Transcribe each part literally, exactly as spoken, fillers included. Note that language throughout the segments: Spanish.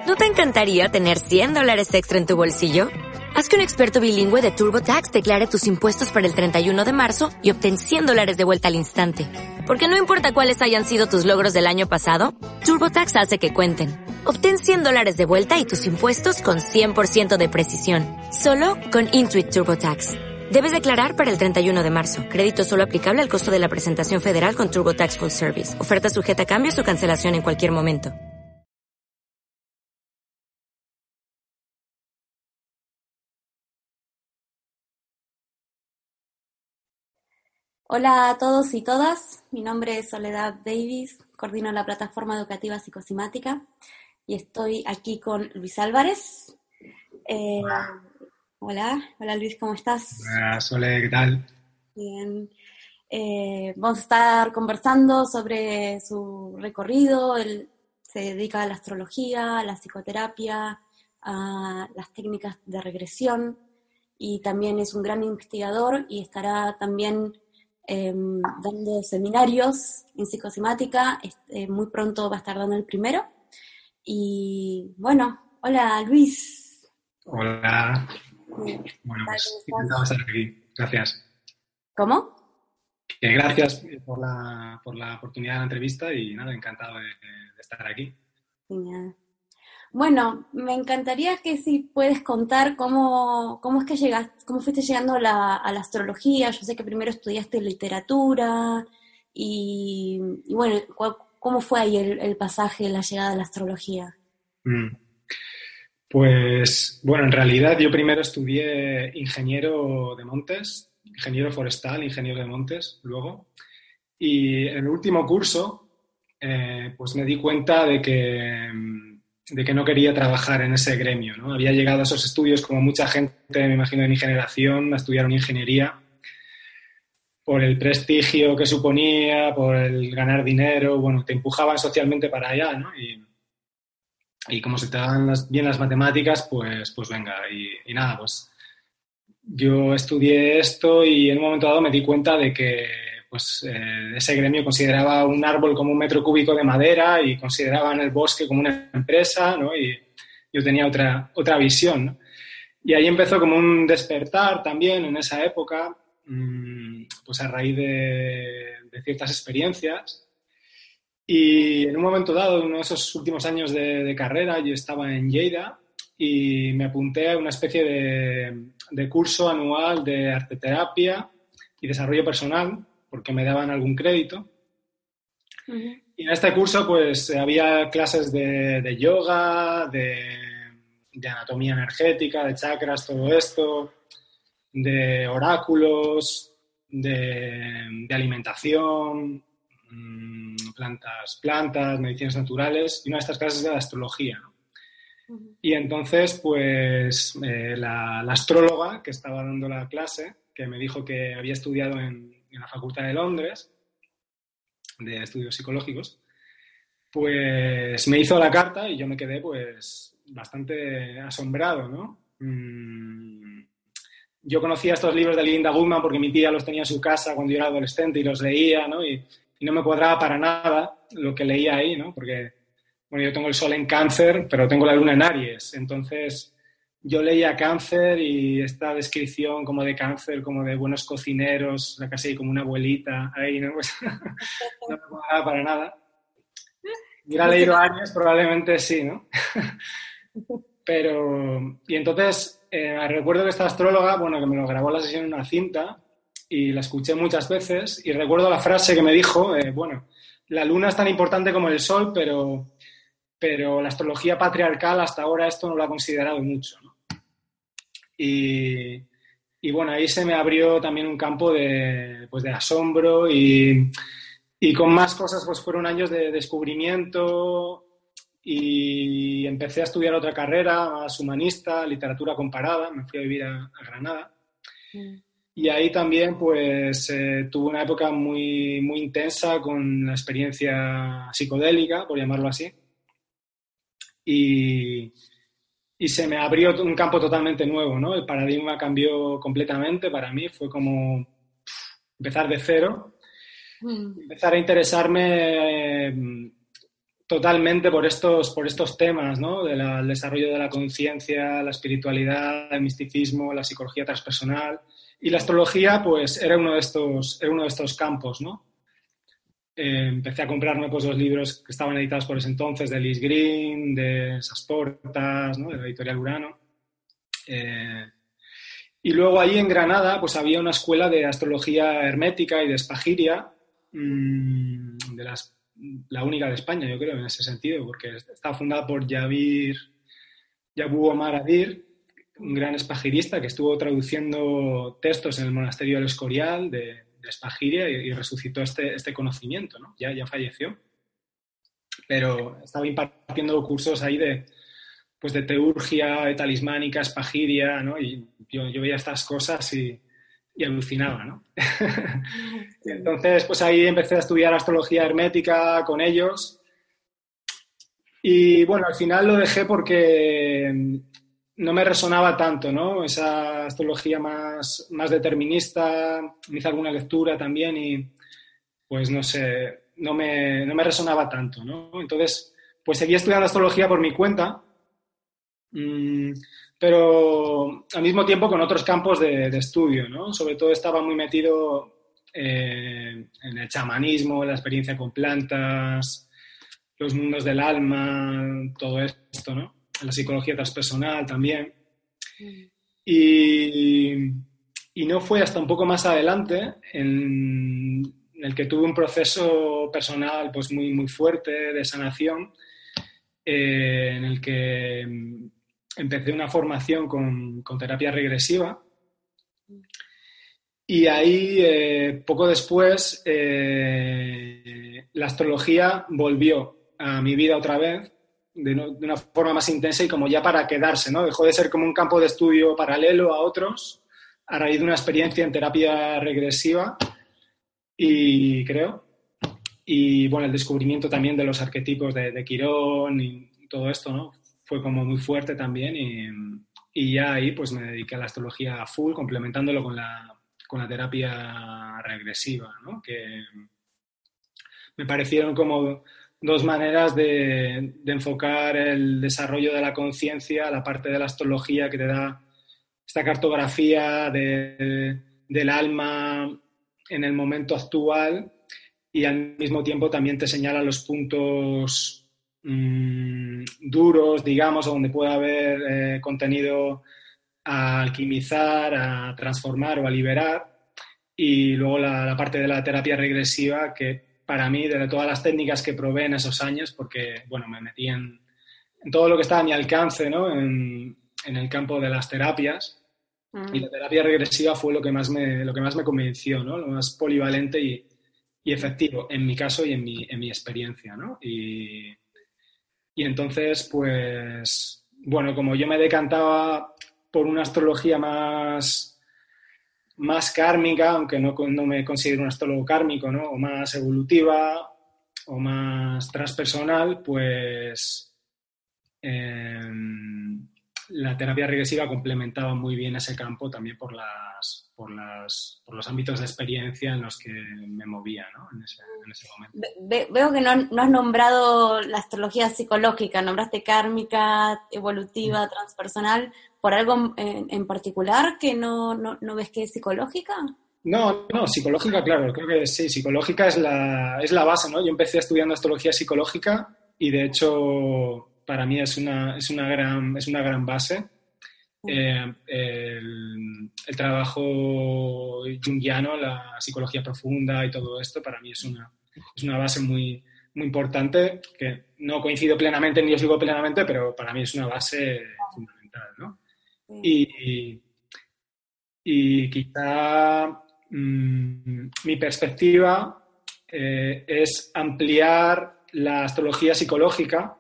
¿No te encantaría tener cien dólares extra en tu bolsillo? Haz que un experto bilingüe de TurboTax declare tus impuestos para el treinta y uno de marzo y obtén cien dólares de vuelta al instante. Porque no importa cuáles hayan sido tus logros del año pasado, TurboTax hace que cuenten. Obtén cien dólares de vuelta y tus impuestos con cien por ciento de precisión. Solo con Intuit TurboTax. Debes declarar para el treinta y uno de marzo. Crédito solo aplicable al costo de la presentación federal con TurboTax Full Service. Oferta sujeta a cambios o cancelación en cualquier momento. Hola a todos y todas, mi nombre es Soledad Davis, coordino la plataforma educativa psicosimática y estoy aquí con Luis Álvarez. Eh, Hola. hola, hola Luis, ¿cómo estás? Hola, Sole, ¿qué tal? Bien. Eh, vamos a estar conversando sobre su recorrido. Él se dedica a la astrología, a la psicoterapia, a las técnicas de regresión y también es un gran investigador y estará también Eh, dando seminarios en psicosimática. Este, muy pronto va a estar dando el primero. Y bueno, hola Luis. Hola. Bueno, pues encantado de estar aquí. Gracias. ¿Cómo? Que gracias por la, por la oportunidad de la entrevista y nada, encantado de, de estar aquí. Genial. Bueno, me encantaría que si puedes contar cómo, cómo es que llegaste, cómo fuiste llegando a la, a la astrología. Yo sé que primero estudiaste literatura y, y bueno, ¿cómo fue ahí el, el pasaje, la llegada a la astrología? Mm. Pues, bueno, en realidad yo primero estudié ingeniero de montes, ingeniero forestal, ingeniero de montes, luego. Y en el último curso, eh, pues me di cuenta de que... de que no quería trabajar en ese gremio, ¿no? Había llegado a esos estudios, como mucha gente, me imagino, de mi generación, a estudiar una ingeniería por el prestigio que suponía, por el ganar dinero, bueno, te empujaban socialmente para allá, ¿no? Y, y como se te daban las, bien las matemáticas, pues, pues venga, y, y nada, pues yo estudié esto y en un momento dado me di cuenta de que pues eh, ese gremio consideraba un árbol como un metro cúbico de madera y consideraban el bosque como una empresa, ¿no? Y yo tenía otra, otra visión, ¿no? Y ahí empezó como un despertar también en esa época, mmm, pues a raíz de, de ciertas experiencias. Y en un momento dado, en uno de esos últimos años de, de carrera, yo estaba en Lleida y me apunté a una especie de, de curso anual de arteterapia y desarrollo personal, porque me daban algún crédito. Uh-huh. Y en este curso pues había clases de, de yoga, de, de anatomía energética, de chakras, todo esto, de oráculos, de, de alimentación, plantas, plantas, medicinas naturales, y una de estas clases era de astrología, ¿no? Uh-huh. Y entonces pues eh, la, la astróloga que estaba dando la clase, que me dijo que había estudiado en en la Facultad de Londres, de estudios psicológicos, pues me hizo la carta y yo me quedé pues bastante asombrado, ¿no? Mm, yo conocía estos libros de Linda Goodman porque mi tía los tenía en su casa cuando yo era adolescente y los leía, ¿no? Y, y no me cuadraba para nada lo que leía ahí, ¿no? Porque, bueno, yo tengo el sol en Cáncer, pero tengo la luna en Aries, entonces yo leía Cáncer y esta descripción como de Cáncer, como de buenos cocineros, casi como una abuelita ahí, ¿no? Pues, no me cuadraba para nada. Hubiera leído Aries, probablemente sí, ¿no? Pero, y entonces, eh, recuerdo que esta astróloga, bueno, que me lo grabó la sesión en una cinta y la escuché muchas veces y recuerdo la frase que me dijo, eh, bueno, la luna es tan importante como el sol, pero, pero la astrología patriarcal hasta ahora esto no lo ha considerado mucho, ¿no? Y, y bueno, ahí se me abrió también un campo de, pues de asombro y, y con más cosas pues fueron años de descubrimiento y empecé a estudiar otra carrera más humanista, literatura comparada, me fui a vivir a, a Granada. Mm. Y ahí también pues eh, tuve una época muy, muy intensa con la experiencia psicodélica, por llamarlo así. Y... Y se me abrió un campo totalmente nuevo, ¿no? El paradigma cambió completamente para mí, fue como pff, empezar de cero, mm. empezar a interesarme eh, totalmente por estos, por estos temas, ¿no? Del desarrollo de la conciencia, la espiritualidad, el misticismo, la psicología transpersonal. Y la astrología, pues, era uno de estos, era uno de estos campos, ¿no? Eh, empecé a comprarme pues, los libros que estaban editados por ese entonces, de Lis Green, de Sasportas, ¿no? De la editorial Urano. Eh, y luego ahí en Granada pues, había una escuela de astrología hermética y de espagiria, mmm, de las, la única de España, yo creo, en ese sentido, porque está fundada por Yabir, Yabu Omar Adir, un gran espagirista que estuvo traduciendo textos en el monasterio del Escorial de, de Espagiria y, y resucitó este, este conocimiento, ¿no? Ya, ya falleció, pero estaba impartiendo cursos ahí de, pues de teurgia, de talismánica, espagiria, ¿no? Y yo, yo veía estas cosas y, y alucinaba, ¿no? Y entonces, pues ahí empecé a estudiar astrología hermética con ellos y, bueno, al final lo dejé porque no me resonaba tanto, ¿no? Esa astrología más, más determinista, me hice alguna lectura también y, pues, no sé, no me, no me resonaba tanto, ¿no? Entonces, pues seguí estudiando astrología por mi cuenta, mmm, pero al mismo tiempo con otros campos de, de estudio, ¿no? Sobre todo estaba muy metido eh, en el chamanismo, la experiencia con plantas, los mundos del alma, todo esto, ¿no? La psicología transpersonal también. Y, y no fue hasta un poco más adelante en, en el que tuve un proceso personal pues muy, muy fuerte de sanación, eh, en el que empecé una formación con, con terapia regresiva y ahí, eh, poco después, eh, la astrología volvió a mi vida otra vez de, no, de una forma más intensa y como ya para quedarse, ¿no? Dejó de ser como un campo de estudio paralelo a otros a raíz de una experiencia en terapia regresiva y creo, y bueno, el descubrimiento también de los arquetipos de, de Quirón y todo esto, ¿no? Fue como muy fuerte también y, y ya ahí pues me dediqué a la astrología a full, complementándolo con la, con la terapia regresiva, ¿no? Que me parecieron como dos maneras de, de enfocar el desarrollo de la conciencia, la parte de la astrología que te da esta cartografía de, del alma en el momento actual y al mismo tiempo también te señala los puntos mmm, duros, digamos, donde puede haber eh, contenido a alquimizar, a transformar o a liberar. Y luego la, la parte de la terapia regresiva que para mí, de todas las técnicas que probé en esos años, porque, bueno, me metí en, en todo lo que estaba a mi alcance, ¿no? En, en el campo de las terapias. Mm. Y la terapia regresiva fue lo que más me, lo que más me convenció, ¿no? Lo más polivalente y, y efectivo, en mi caso y en mi, en mi experiencia, ¿no? Y, y entonces, pues, bueno, como yo me decantaba por una astrología más... más kármica, aunque no, no me considero un astrólogo kármico, ¿no? O más evolutiva o más transpersonal, pues eh, la terapia regresiva complementaba muy bien ese campo también por, las, por, las, por los ámbitos de experiencia en los que me movía, ¿no? En ese, en ese momento. Ve, veo que no, no has nombrado la astrología psicológica, nombraste kármica, evolutiva, mm. transpersonal. ¿Por algo en, en particular que no, no, no ves que es psicológica? No, no, psicológica, claro, creo que sí, psicológica es la, es la base, ¿no? Yo empecé estudiando astrología psicológica y de hecho para mí es una, es una, gran, es una gran base. Eh, el, el trabajo junguiano, la psicología profunda y todo esto, para mí es una, es una base muy, muy importante que no coincido plenamente ni yo sigo plenamente, pero para mí es una base fundamental, ¿no? Y, y quizá mmm, mi perspectiva eh, es ampliar la astrología psicológica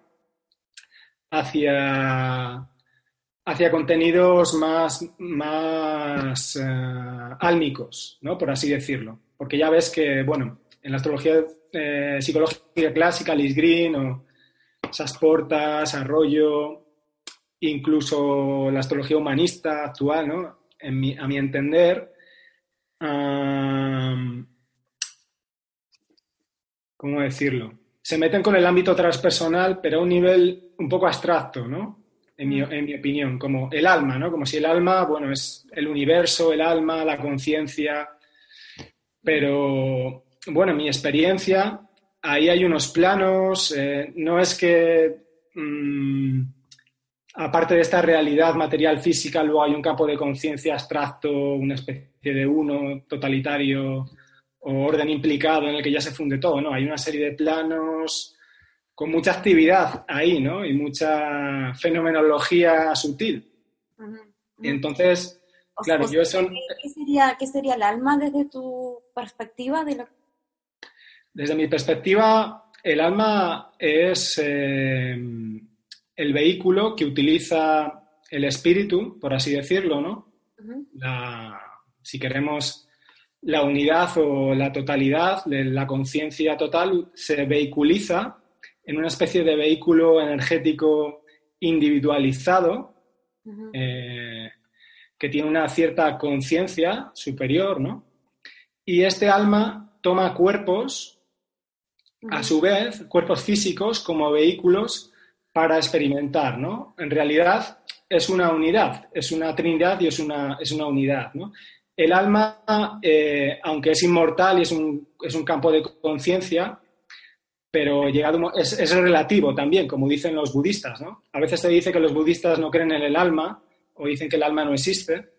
hacia, hacia contenidos más, más uh, álmicos, ¿no? Por así decirlo. Porque ya ves que, bueno, en la astrología eh, psicológica clásica, Lis Green o Sasportas, Arroyo, incluso la astrología humanista actual, ¿no? En mi, a mi entender, um, ¿cómo decirlo? se meten con el ámbito transpersonal, pero a un nivel un poco abstracto, ¿no? En mi, en mi opinión, como el alma, ¿no? Como si el alma, bueno, es el universo, el alma, la conciencia, pero, bueno, en mi experiencia, ahí hay unos planos, eh, no es que, mmm, aparte de esta realidad material física, luego hay un campo de conciencia abstracto, una especie de uno totalitario o orden implicado en el que ya se funde todo, ¿no? Hay una serie de planos con mucha actividad ahí, ¿no? Y mucha fenomenología sutil. Uh-huh. Uh-huh. Y entonces, o claro, sea, yo eso... ¿qué sería, ¿Qué sería el alma desde tu perspectiva? De lo... Desde mi perspectiva, el alma es eh, el vehículo que utiliza el espíritu, por así decirlo, ¿no? Uh-huh. La, si queremos, la unidad o la totalidad, la conciencia total, se vehiculiza en una especie de vehículo energético individualizado, uh-huh. eh, que tiene una cierta conciencia superior, ¿no? Y este alma toma cuerpos, uh-huh. a su vez, cuerpos físicos como vehículos para experimentar, ¿no? En realidad es una unidad, es una trinidad y es una, es una unidad, ¿no? El alma, eh, aunque es inmortal y es un, es un campo de conciencia, pero llegado es, es relativo también, como dicen los budistas, ¿no? A veces se dice que los budistas no creen en el alma o dicen que el alma no existe,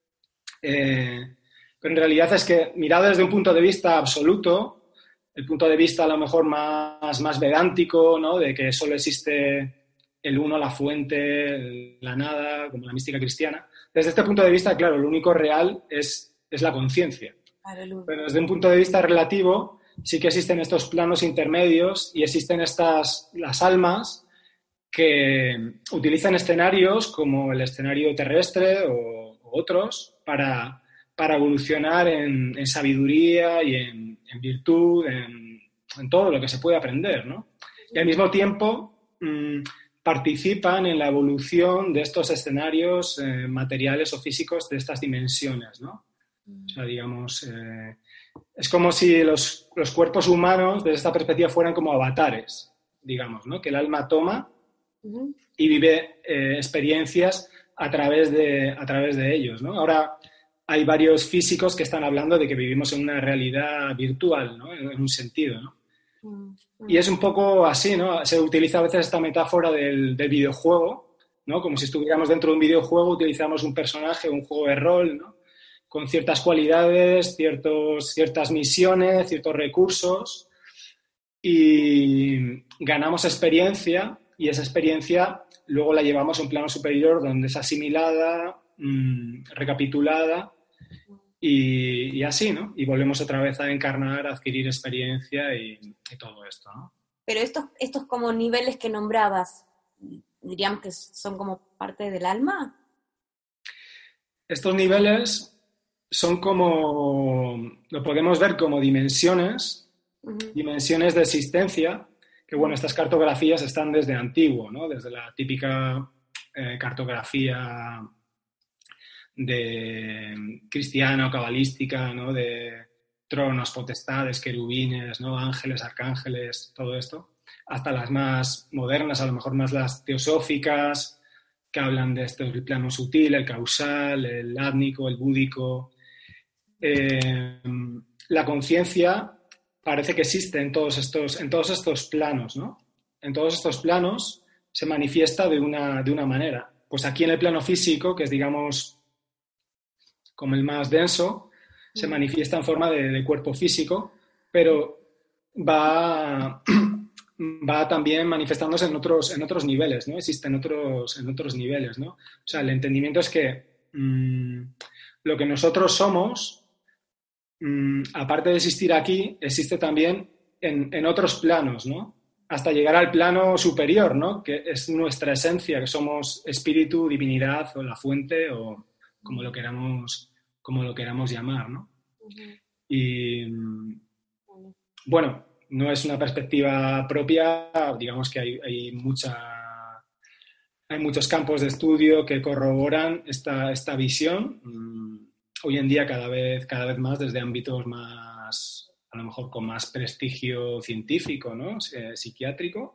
eh, pero en realidad es que, mirado desde un punto de vista absoluto, el punto de vista a lo mejor más, más vedántico, ¿no? De que solo existe el uno, la fuente, la nada, como la mística cristiana. Desde este punto de vista, claro, lo único real es, es la conciencia. Pero desde un punto de vista relativo, sí que existen estos planos intermedios y existen estas, las almas que utilizan escenarios como el escenario terrestre o, o otros para, para evolucionar en, en sabiduría y en, en virtud, en, en todo lo que se puede aprender, ¿no? Y al mismo tiempo mmm, participan en la evolución de estos escenarios eh, materiales o físicos de estas dimensiones, ¿no? O sea, digamos... Eh, Es como si los, los cuerpos humanos, desde esta perspectiva, fueran como avatares, digamos, ¿no? Que el alma toma uh-huh. y vive eh, experiencias a través, de, a través de ellos, ¿no? Ahora hay varios físicos que están hablando de que vivimos en una realidad virtual, ¿no? En, en un sentido, ¿no? Uh-huh. Y es un poco así, ¿no? Se utiliza a veces esta metáfora del, del videojuego, ¿no? Como si estuviéramos dentro de un videojuego, utilizamos un personaje, un juego de rol, ¿no? Con ciertas cualidades, ciertos, ciertas misiones, ciertos recursos y ganamos experiencia y esa experiencia luego la llevamos a un plano superior donde es asimilada, mmm, recapitulada y, y así, ¿no? Y volvemos otra vez a encarnar, a adquirir experiencia y, y todo esto, ¿no? Pero estos, estos como niveles que nombrabas, diríamos que son como parte del alma. Estos niveles... son como, lo podemos ver como dimensiones, uh-huh. dimensiones de existencia, que bueno, estas cartografías están desde antiguo, ¿no? Desde la típica eh, cartografía de cristiana o cabalística, ¿no? De tronos, potestades, querubines, ¿no? Ángeles, arcángeles, todo esto, hasta las más modernas, a lo mejor más las teosóficas, que hablan de este el plano sutil, el causal, el átmico, el búdico. Eh, la conciencia parece que existe en todos estos, en todos estos planos, ¿no? En todos estos planos se manifiesta de una, de una manera. Pues aquí en el plano físico, que es, digamos, como el más denso, se manifiesta en forma de, de cuerpo físico, pero va, va también manifestándose en otros, en otros niveles, ¿no? Existen otros, en otros niveles, ¿no? O sea, el entendimiento es que mmm, lo que nosotros somos... Mm, aparte de existir aquí, existe también en, en otros planos, ¿no? Hasta llegar al plano superior, ¿no? Que es nuestra esencia, que somos espíritu, divinidad o la fuente o como lo queramos, como lo queramos llamar, ¿no? Uh-huh. Y bueno, no es una perspectiva propia, digamos que hay, hay mucha hay muchos campos de estudio que corroboran esta, esta visión. Hoy en día cada vez, cada vez más desde ámbitos más a lo mejor con más prestigio científico, ¿no? Eh, psiquiátrico.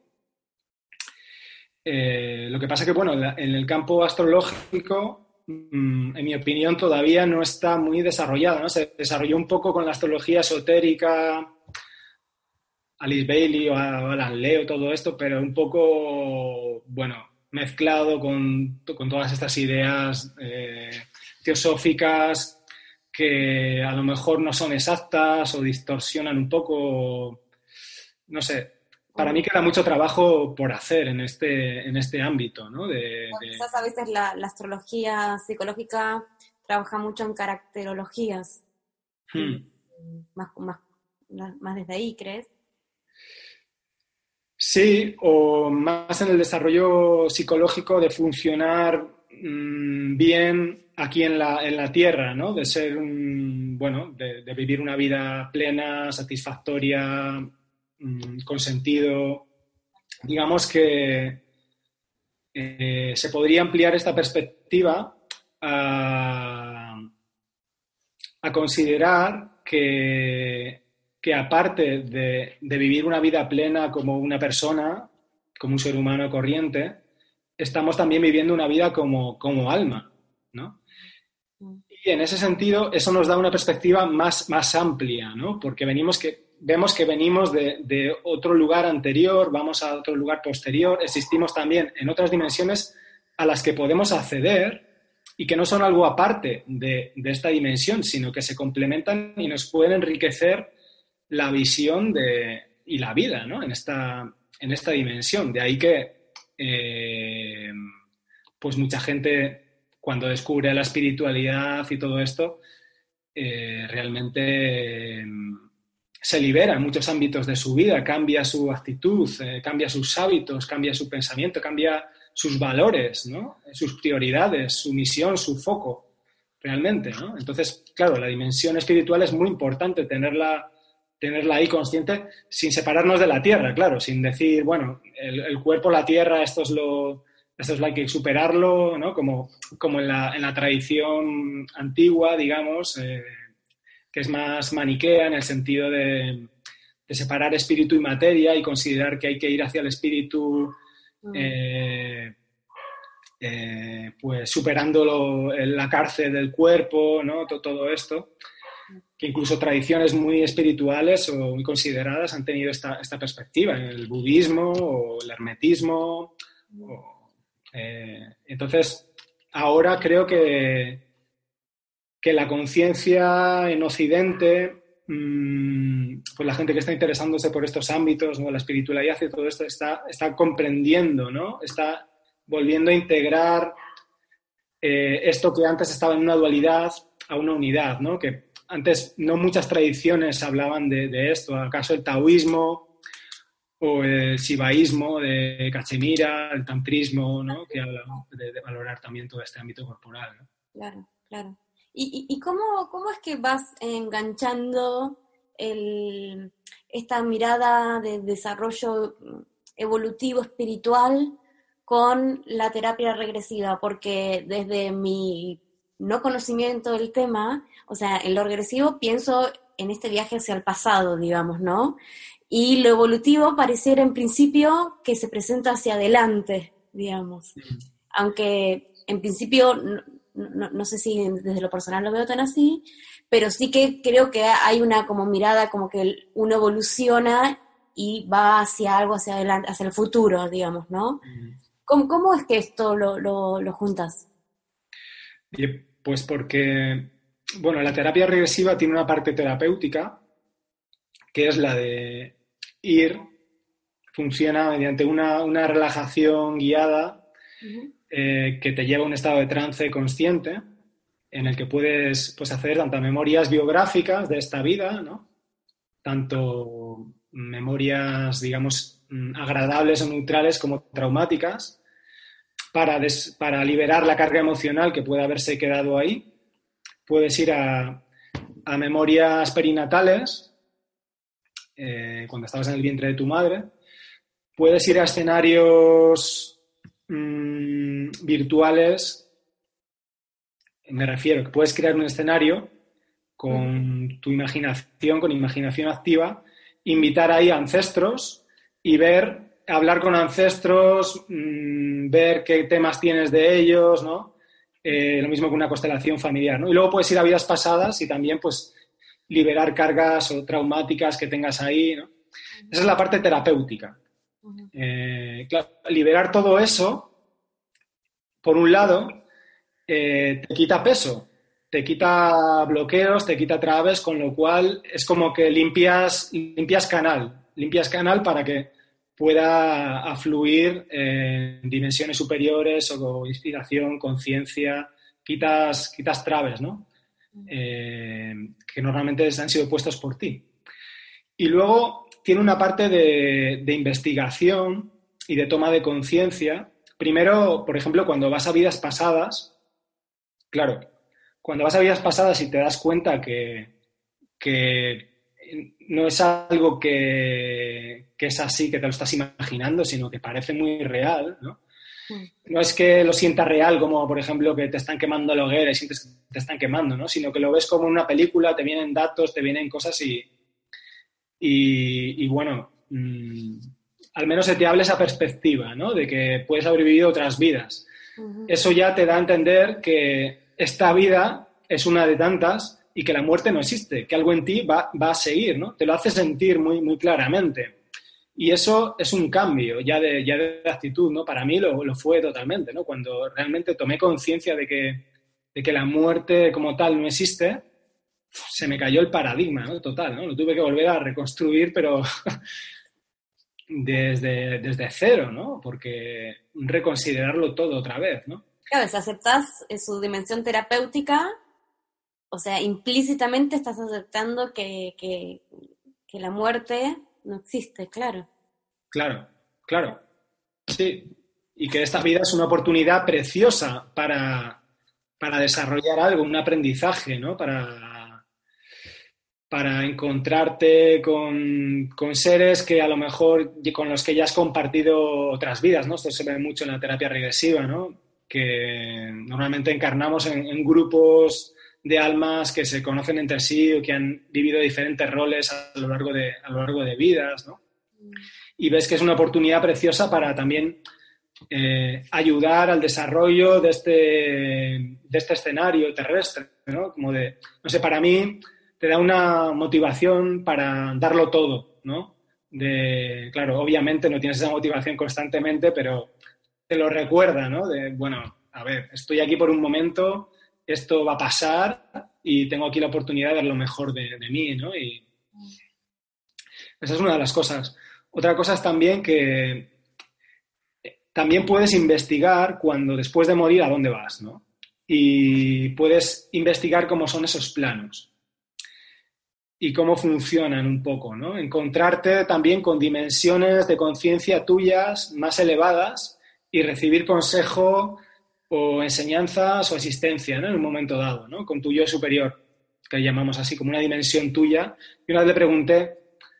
Eh, lo que pasa que, bueno, en, la, en el campo astrológico, mmm, en mi opinión, todavía no está muy desarrollado, ¿no? Se desarrolló un poco con la astrología esotérica, Alice Bailey o Alan Leo, todo esto, pero un poco, bueno, mezclado con, con todas estas ideas eh, teosóficas que a lo mejor no son exactas o distorsionan un poco, no sé. Para mí queda mucho trabajo por hacer en este, en este ámbito, ¿no? De, de... Quizás a veces la, la astrología psicológica trabaja mucho en caracterologías. Hmm. Más, más, más desde ahí, ¿crees? Sí, o más en el desarrollo psicológico de funcionar mmm, bien aquí en la, en la Tierra, ¿no? De ser, un, bueno, de, de vivir una vida plena, satisfactoria, con sentido. Digamos que eh, se podría ampliar esta perspectiva a, a considerar que, que aparte de, de vivir una vida plena como una persona, como un ser humano corriente, estamos también viviendo una vida como, como alma, ¿no? Y en ese sentido, eso nos da una perspectiva más, más amplia, ¿no? Porque venimos que vemos que venimos de, de otro lugar anterior, vamos a otro lugar posterior, existimos también en otras dimensiones a las que podemos acceder y que no son algo aparte de, de esta dimensión, sino que se complementan y nos pueden enriquecer la visión de, y la vida, ¿no? en, esta, en esta dimensión. De ahí que eh, pues mucha gente, cuando descubre la espiritualidad y todo esto, eh, realmente... Eh, se libera en muchos ámbitos de su vida, cambia su actitud, eh, cambia sus hábitos, cambia su pensamiento, cambia sus valores, ¿no? Sus prioridades, su misión, su foco, realmente, ¿no? Entonces, claro, la dimensión espiritual es muy importante tenerla, tenerla ahí consciente sin separarnos de la tierra, claro, sin decir, bueno, el, el cuerpo, la tierra, esto es lo, esto es lo que hay que superarlo, ¿no? Como, como en, la, en la tradición antigua, digamos, eh, que es más maniquea en el sentido de, de separar espíritu y materia y considerar que hay que ir hacia el espíritu eh, eh, pues superando la cárcel del cuerpo, ¿no? Todo, todo esto, que incluso tradiciones muy espirituales o muy consideradas han tenido esta, esta perspectiva, el budismo o el hermetismo. O, eh, entonces, ahora creo que que la conciencia en Occidente, mmm, pues la gente que está interesándose por estos ámbitos, ¿no? La espiritualidad y todo esto, está, está comprendiendo, ¿no? Está volviendo a integrar eh, esto que antes estaba en una dualidad a una unidad, ¿no? Que antes no muchas tradiciones hablaban de, de esto, acaso el taoísmo o el shivaísmo de Cachemira, el tantrismo, ¿no? Que habla de, de valorar también todo este ámbito corporal, ¿no? Claro, claro. ¿Y, y, y cómo, cómo es que vas enganchando el, esta mirada de desarrollo evolutivo espiritual con la terapia regresiva? Porque desde mi no conocimiento del tema, o sea, en lo regresivo pienso en este viaje hacia el pasado, digamos, ¿no? Y lo evolutivo pareciera en principio que se presenta hacia adelante, digamos. Aunque en principio... No, No, no sé si desde lo personal lo veo tan así, pero sí que creo que hay una como mirada como que uno evoluciona y va hacia algo, hacia adelante, hacia el futuro, digamos, ¿no? Mm. ¿Cómo, cómo es que esto lo, lo, lo juntas? Pues porque, bueno, la terapia regresiva tiene una parte terapéutica, que es la de ir, funciona mediante una, una relajación guiada, uh-huh. Eh, que te lleva a un estado de trance consciente en el que puedes pues, hacer tanto memorias biográficas de esta vida, ¿no? Tanto memorias, digamos, agradables o neutrales como traumáticas, para, des, para liberar la carga emocional que puede haberse quedado ahí. Puedes ir a, a memorias perinatales, eh, cuando estabas en el vientre de tu madre. Puedes ir a escenarios virtuales, me refiero, que puedes crear un escenario con tu imaginación, con imaginación activa, invitar ahí a ancestros y ver, hablar con ancestros, mmm, ver qué temas tienes de ellos, ¿no? Eh, lo mismo que una constelación familiar, ¿no? Y luego puedes ir a vidas pasadas y también, pues, liberar cargas o traumáticas que tengas ahí, ¿no? Esa es la parte terapéutica. Eh, claro, liberar todo eso, por un lado, eh, te quita peso, te quita bloqueos, te quita trabas, con lo cual es como que limpias, limpias canal, limpias canal para que pueda afluir eh, en dimensiones superiores o inspiración, conciencia, quitas, quitas trabas, ¿no? Eh, que normalmente han sido puestos por ti. Y luego tiene una parte de, de investigación y de toma de conciencia. Primero, por ejemplo, cuando vas a vidas pasadas, claro, cuando vas a vidas pasadas y te das cuenta que, que no es algo que, que es así, que te lo estás imaginando, sino que parece muy real, ¿no? No es que lo sientas real, como por ejemplo que te están quemando la hoguera y sientes que te están quemando, ¿no? Sino que lo ves como una película, te vienen datos, te vienen cosas y, y, y bueno, mmm, al menos se te habla esa perspectiva, ¿no? De que puedes haber vivido otras vidas. Uh-huh. Eso ya te da a entender que esta vida es una de tantas y que la muerte no existe, que algo en ti va, va a seguir, ¿no? Te lo hace sentir muy, muy claramente. Y eso es un cambio ya de, ya de actitud, ¿no? Para mí lo, lo fue totalmente, ¿no? Cuando realmente tomé conciencia de que, de que la muerte como tal no existe, se me cayó el paradigma, ¿no? Total, ¿no? Lo tuve que volver a reconstruir, pero desde, desde cero, ¿no? Porque reconsiderarlo todo otra vez, ¿no? Claro, si aceptás su dimensión terapéutica, o sea, implícitamente estás aceptando que, que, que la muerte no existe, claro. Claro, claro. Sí. Y que esta vida es una oportunidad preciosa para, para desarrollar algo, un aprendizaje, ¿no? Para, para encontrarte con, con seres que a lo mejor con los que ya has compartido otras vidas, ¿no? Esto se ve mucho en la terapia regresiva, ¿no? Que normalmente encarnamos en, en grupos de almas que se conocen entre sí o que han vivido diferentes roles a lo largo de, a lo largo de vidas, ¿no? Y ves que es una oportunidad preciosa para también eh, ayudar al desarrollo de este, de este escenario terrestre, ¿no? Como de, no sé, para mí te da una motivación para darlo todo, ¿no? De, claro, obviamente no tienes esa motivación constantemente, pero te lo recuerda, ¿no? De, bueno, a ver, estoy aquí por un momento, esto va a pasar y tengo aquí la oportunidad de dar lo mejor de, de mí, ¿no? Y esa es una de las cosas. Otra cosa es también que también puedes investigar cuando después de morir a dónde vas, ¿no? Y puedes investigar cómo son esos planos y cómo funcionan un poco, ¿no? Encontrarte también con dimensiones de conciencia tuyas más elevadas y recibir consejo o enseñanzas o asistencia, ¿no? En un momento dado, ¿no? Con tu yo superior, que llamamos así, como una dimensión tuya. Y una vez le pregunté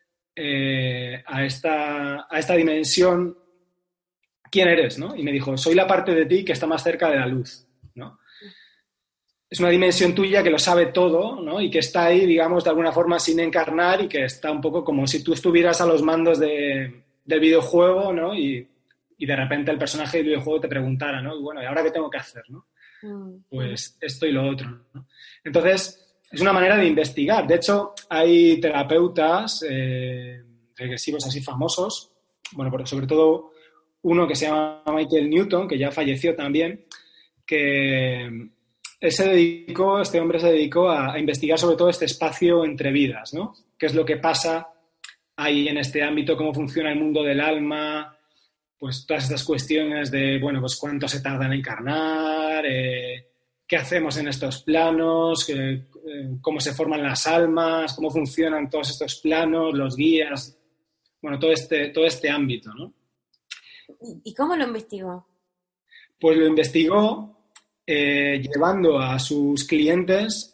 eh, a, esta, a esta dimensión, ¿quién eres? ¿No? Y me dijo, soy la parte de ti que está más cerca de la luz, ¿no? Es una dimensión tuya que lo sabe todo, ¿no? Y que está ahí, digamos, de alguna forma sin encarnar y que está un poco como si tú estuvieras a los mandos de, del videojuego, ¿no? Y y de repente el personaje del videojuego te preguntara, ¿no? Y bueno, ¿y ahora qué tengo que hacer, no? Mm. Pues esto y lo otro, ¿no? Entonces, es una manera de investigar. De hecho, hay terapeutas eh, regresivos así famosos, bueno, sobre todo uno que se llama Michael Newton, que ya falleció también, que él se dedicó, este hombre se dedicó a, a investigar sobre todo este espacio entre vidas, ¿no? ¿Qué es lo que pasa ahí en este ámbito? ¿Cómo funciona el mundo del alma? Pues todas estas cuestiones de, bueno, pues cuánto se tarda en encarnar, eh, qué hacemos en estos planos, eh, eh, cómo se forman las almas, cómo funcionan todos estos planos, los guías, bueno, todo este, todo este ámbito, ¿no? ¿Y cómo lo investigó? Pues lo investigó eh, llevando a sus clientes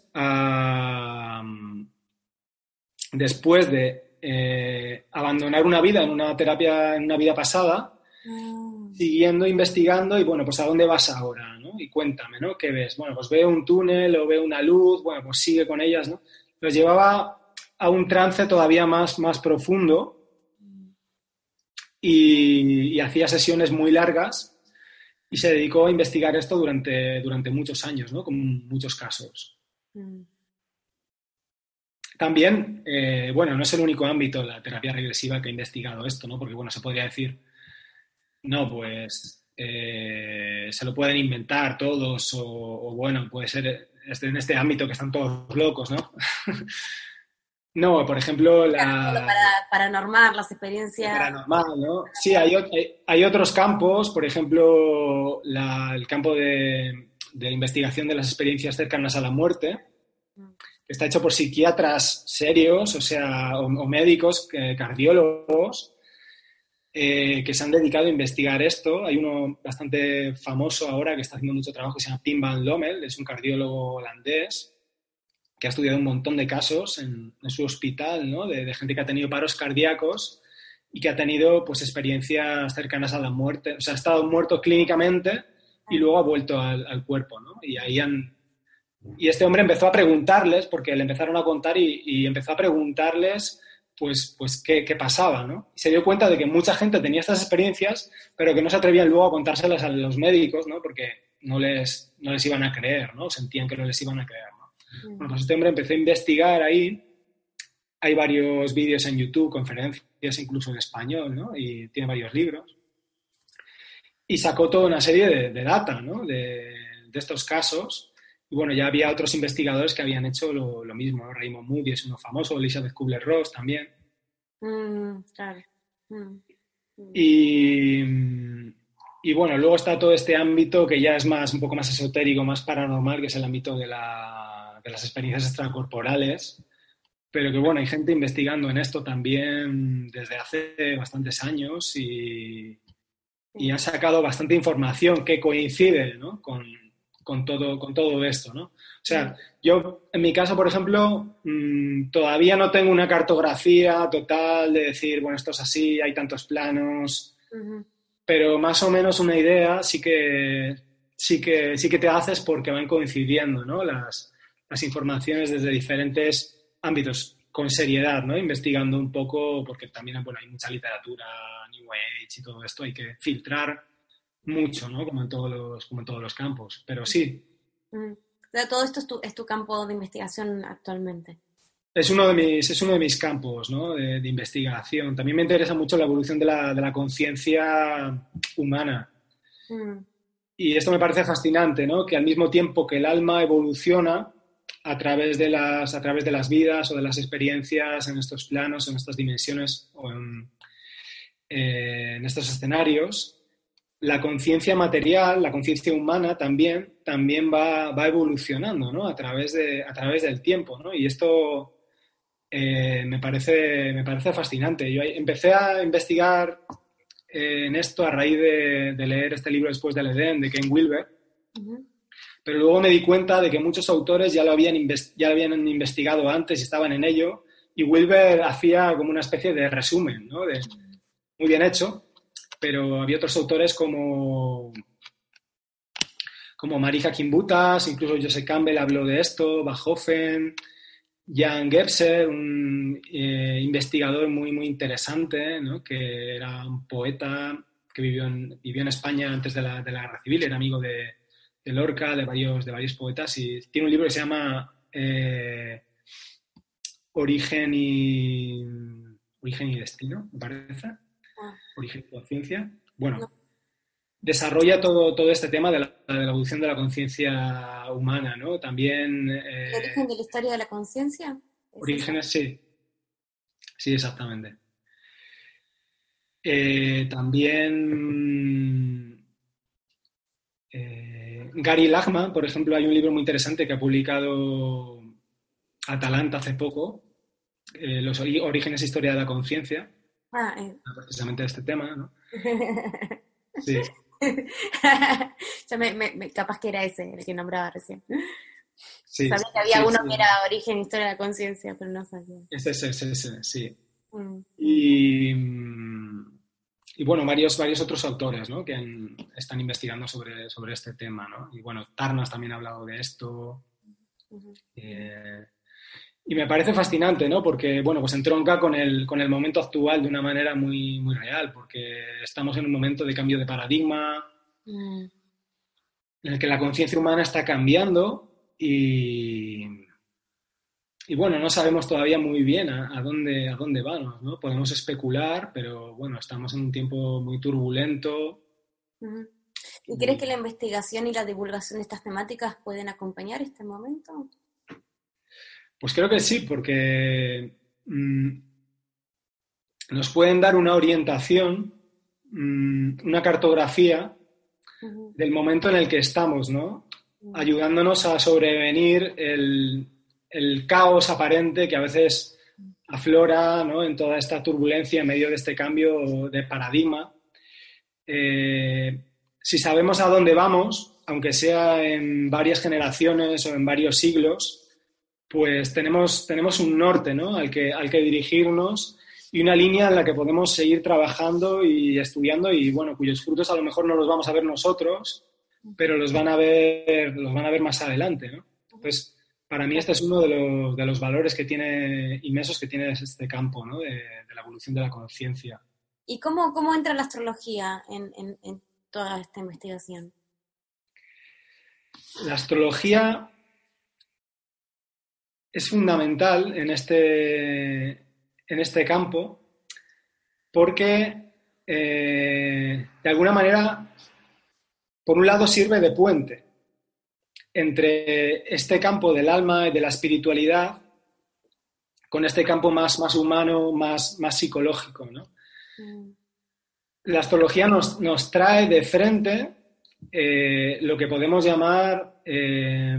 a, después de eh, abandonar una vida en una terapia, en una vida pasada, siguiendo, investigando y, bueno, pues ¿a dónde vas ahora, ¿no? Y cuéntame, ¿no? ¿Qué ves? Bueno, pues veo un túnel o veo una luz, bueno, pues sigue con ellas, ¿no? Los llevaba a un trance todavía más, más profundo y, y hacía sesiones muy largas y se dedicó a investigar esto durante, durante muchos años, ¿no? Con muchos casos. Mm. También, eh, bueno, no es el único ámbito, la terapia regresiva, que ha investigado esto, ¿no? Porque, bueno, se podría decir, no, pues eh, se lo pueden inventar todos o, o bueno, puede ser este, en este ámbito que están todos locos, ¿no? No, por ejemplo, la... Para, paranormal, las experiencias... Paranormal, ¿no? Sí, hay, hay, hay otros campos, por ejemplo, la, el campo de, de investigación de las experiencias cercanas a la muerte, que está hecho por psiquiatras serios, o sea, o, o médicos, eh, cardiólogos, eh, que se han dedicado a investigar esto. Hay uno bastante famoso ahora que está haciendo mucho trabajo, que se llama Pim van Lommel, es un cardiólogo holandés, que ha estudiado un montón de casos en, en su hospital, ¿no? De, de gente que ha tenido paros cardíacos y que ha tenido, pues, experiencias cercanas a la muerte. O sea, ha estado muerto clínicamente y luego ha vuelto al, al cuerpo, ¿no? Y ahí han... Y este hombre empezó a preguntarles, porque le empezaron a contar y, y empezó a preguntarles, pues, pues qué, qué pasaba, ¿no? Y se dio cuenta de que mucha gente tenía estas experiencias, pero que no se atrevían luego a contárselas a los médicos, ¿no? Porque no les, no les iban a creer, ¿no? Sentían que no les iban a creer, ¿no? Bueno, pues este hombre empezó a investigar ahí. Hay varios vídeos en YouTube, conferencias incluso en español, ¿no? Y tiene varios libros. Y sacó toda una serie de, de data, ¿no? De, de estos casos. Y bueno, ya había otros investigadores que habían hecho lo, lo mismo, ¿no? Raymond Moody es uno famoso, Elizabeth Kubler-Ross también. Mm, claro. Mm. Y, y bueno, luego está todo este ámbito que ya es más, un poco más esotérico, más paranormal, que es el ámbito de la de las experiencias extracorporales, pero que, bueno, hay gente investigando en esto también desde hace bastantes años y, y ha sacado bastante información que coincide, ¿no? con, con, todo, con todo esto, ¿no? O sea, yo, en mi caso, por ejemplo, mmm, todavía no tengo una cartografía total de decir, bueno, esto es así, hay tantos planos, uh-huh. Pero más o menos una idea sí que, sí que, sí que te haces porque van coincidiendo, ¿no? Las las informaciones desde diferentes ámbitos, con seriedad, ¿no? Investigando un poco, porque también, bueno, hay mucha literatura, New Age y todo esto, hay que filtrar mucho, ¿no? Como en todos los, como en todos los campos, pero sí. Mm. O sea, todo esto es tu, es tu campo de investigación actualmente. Es uno de mis, es uno de mis campos, ¿no? de, de investigación. También me interesa mucho la evolución de la, de la conciencia humana. Mm. Y esto me parece fascinante, ¿no? Que al mismo tiempo que el alma evoluciona, a través de las, a través de las vidas o de las experiencias en estos planos, en estas dimensiones o en, eh, en estos escenarios, la conciencia material, la conciencia humana también, también va, va evolucionando, ¿no? a, través de, a través del tiempo, ¿no? Y esto eh, me, parece, me parece fascinante. Yo empecé a investigar eh, en esto a raíz de, de leer este libro Después del Edén, de Ken Wilber. Uh-huh. Pero luego me di cuenta de que muchos autores ya lo habían, invest- ya lo habían investigado antes y estaban en ello, y Wilber hacía como una especie de resumen, ¿no? De, muy bien hecho, pero había otros autores como, como Marija Kimbutas, incluso Joseph Campbell habló de esto, Bachhofen, Jan Gebser, un eh, investigador muy, muy interesante, ¿no? Que era un poeta que vivió en, vivió en España antes de la, de la Guerra Civil, era amigo de... de Lorca, de varios, de varios poetas, y tiene un libro que se llama eh, Origen y Origen y Destino, me parece. Ah. Origen y Conciencia. Bueno, no. Desarrolla todo, todo este tema de la, de la evolución de la conciencia humana, ¿no? También... Eh, ¿El origen de la historia de la conciencia? Orígenes, sí. Sí, exactamente. Eh, también... Eh, Gary Lachman, por ejemplo, hay un libro muy interesante que ha publicado Atalanta hace poco, eh, Los orígenes e historia de la conciencia, ah, eh. precisamente de este tema, ¿no? Sí. Yo me, me, capaz que era ese el que nombraba recién. Sí, sabía que había sí, uno sí. que era origen e historia de la conciencia, pero no sabía. Ese, ese, ese, ese sí. Mm. Y... y bueno, varios, varios otros autores, ¿no? que han, están investigando sobre, sobre este tema, ¿no? Y bueno, Tarnas también ha hablado de esto. Uh-huh. Eh, y me parece fascinante, ¿no? Porque, bueno, pues entronca con el, con el momento actual de una manera muy, muy real, porque estamos en un momento de cambio de paradigma, uh-huh. en el que la conciencia humana está cambiando y... Y bueno, no sabemos todavía muy bien a, a, dónde, a dónde vamos, ¿no? Podemos especular, pero bueno, estamos en un tiempo muy turbulento. Uh-huh. ¿Y crees que la investigación y la divulgación de estas temáticas pueden acompañar este momento? Pues creo que sí, porque mmm, nos pueden dar una orientación, mmm, una cartografía uh-huh. del momento en el que estamos, ¿no? Uh-huh. Ayudándonos a sobrevenir el... el caos aparente que a veces aflora, ¿no? En toda esta turbulencia en medio de este cambio de paradigma. Eh, si sabemos a dónde vamos, aunque sea en varias generaciones o en varios siglos, pues tenemos, tenemos un norte, ¿no? al, que, al que dirigirnos y una línea en la que podemos seguir trabajando y estudiando y, bueno, cuyos frutos a lo mejor no los vamos a ver nosotros, pero los van a ver, los van a ver más adelante, ¿no? Entonces, para mí este es uno de los, de los valores que tiene inmensos que tiene este campo, ¿no? de, de la evolución de la conciencia. ¿Y cómo, cómo entra la astrología en, en, en toda esta investigación? La astrología es fundamental en este, en este campo porque, eh, de alguna manera, por un lado sirve de puente entre este campo del alma y de la espiritualidad con este campo más, más humano, más, más psicológico, ¿no? Mm. La astrología nos, nos trae de frente eh, lo que podemos llamar eh,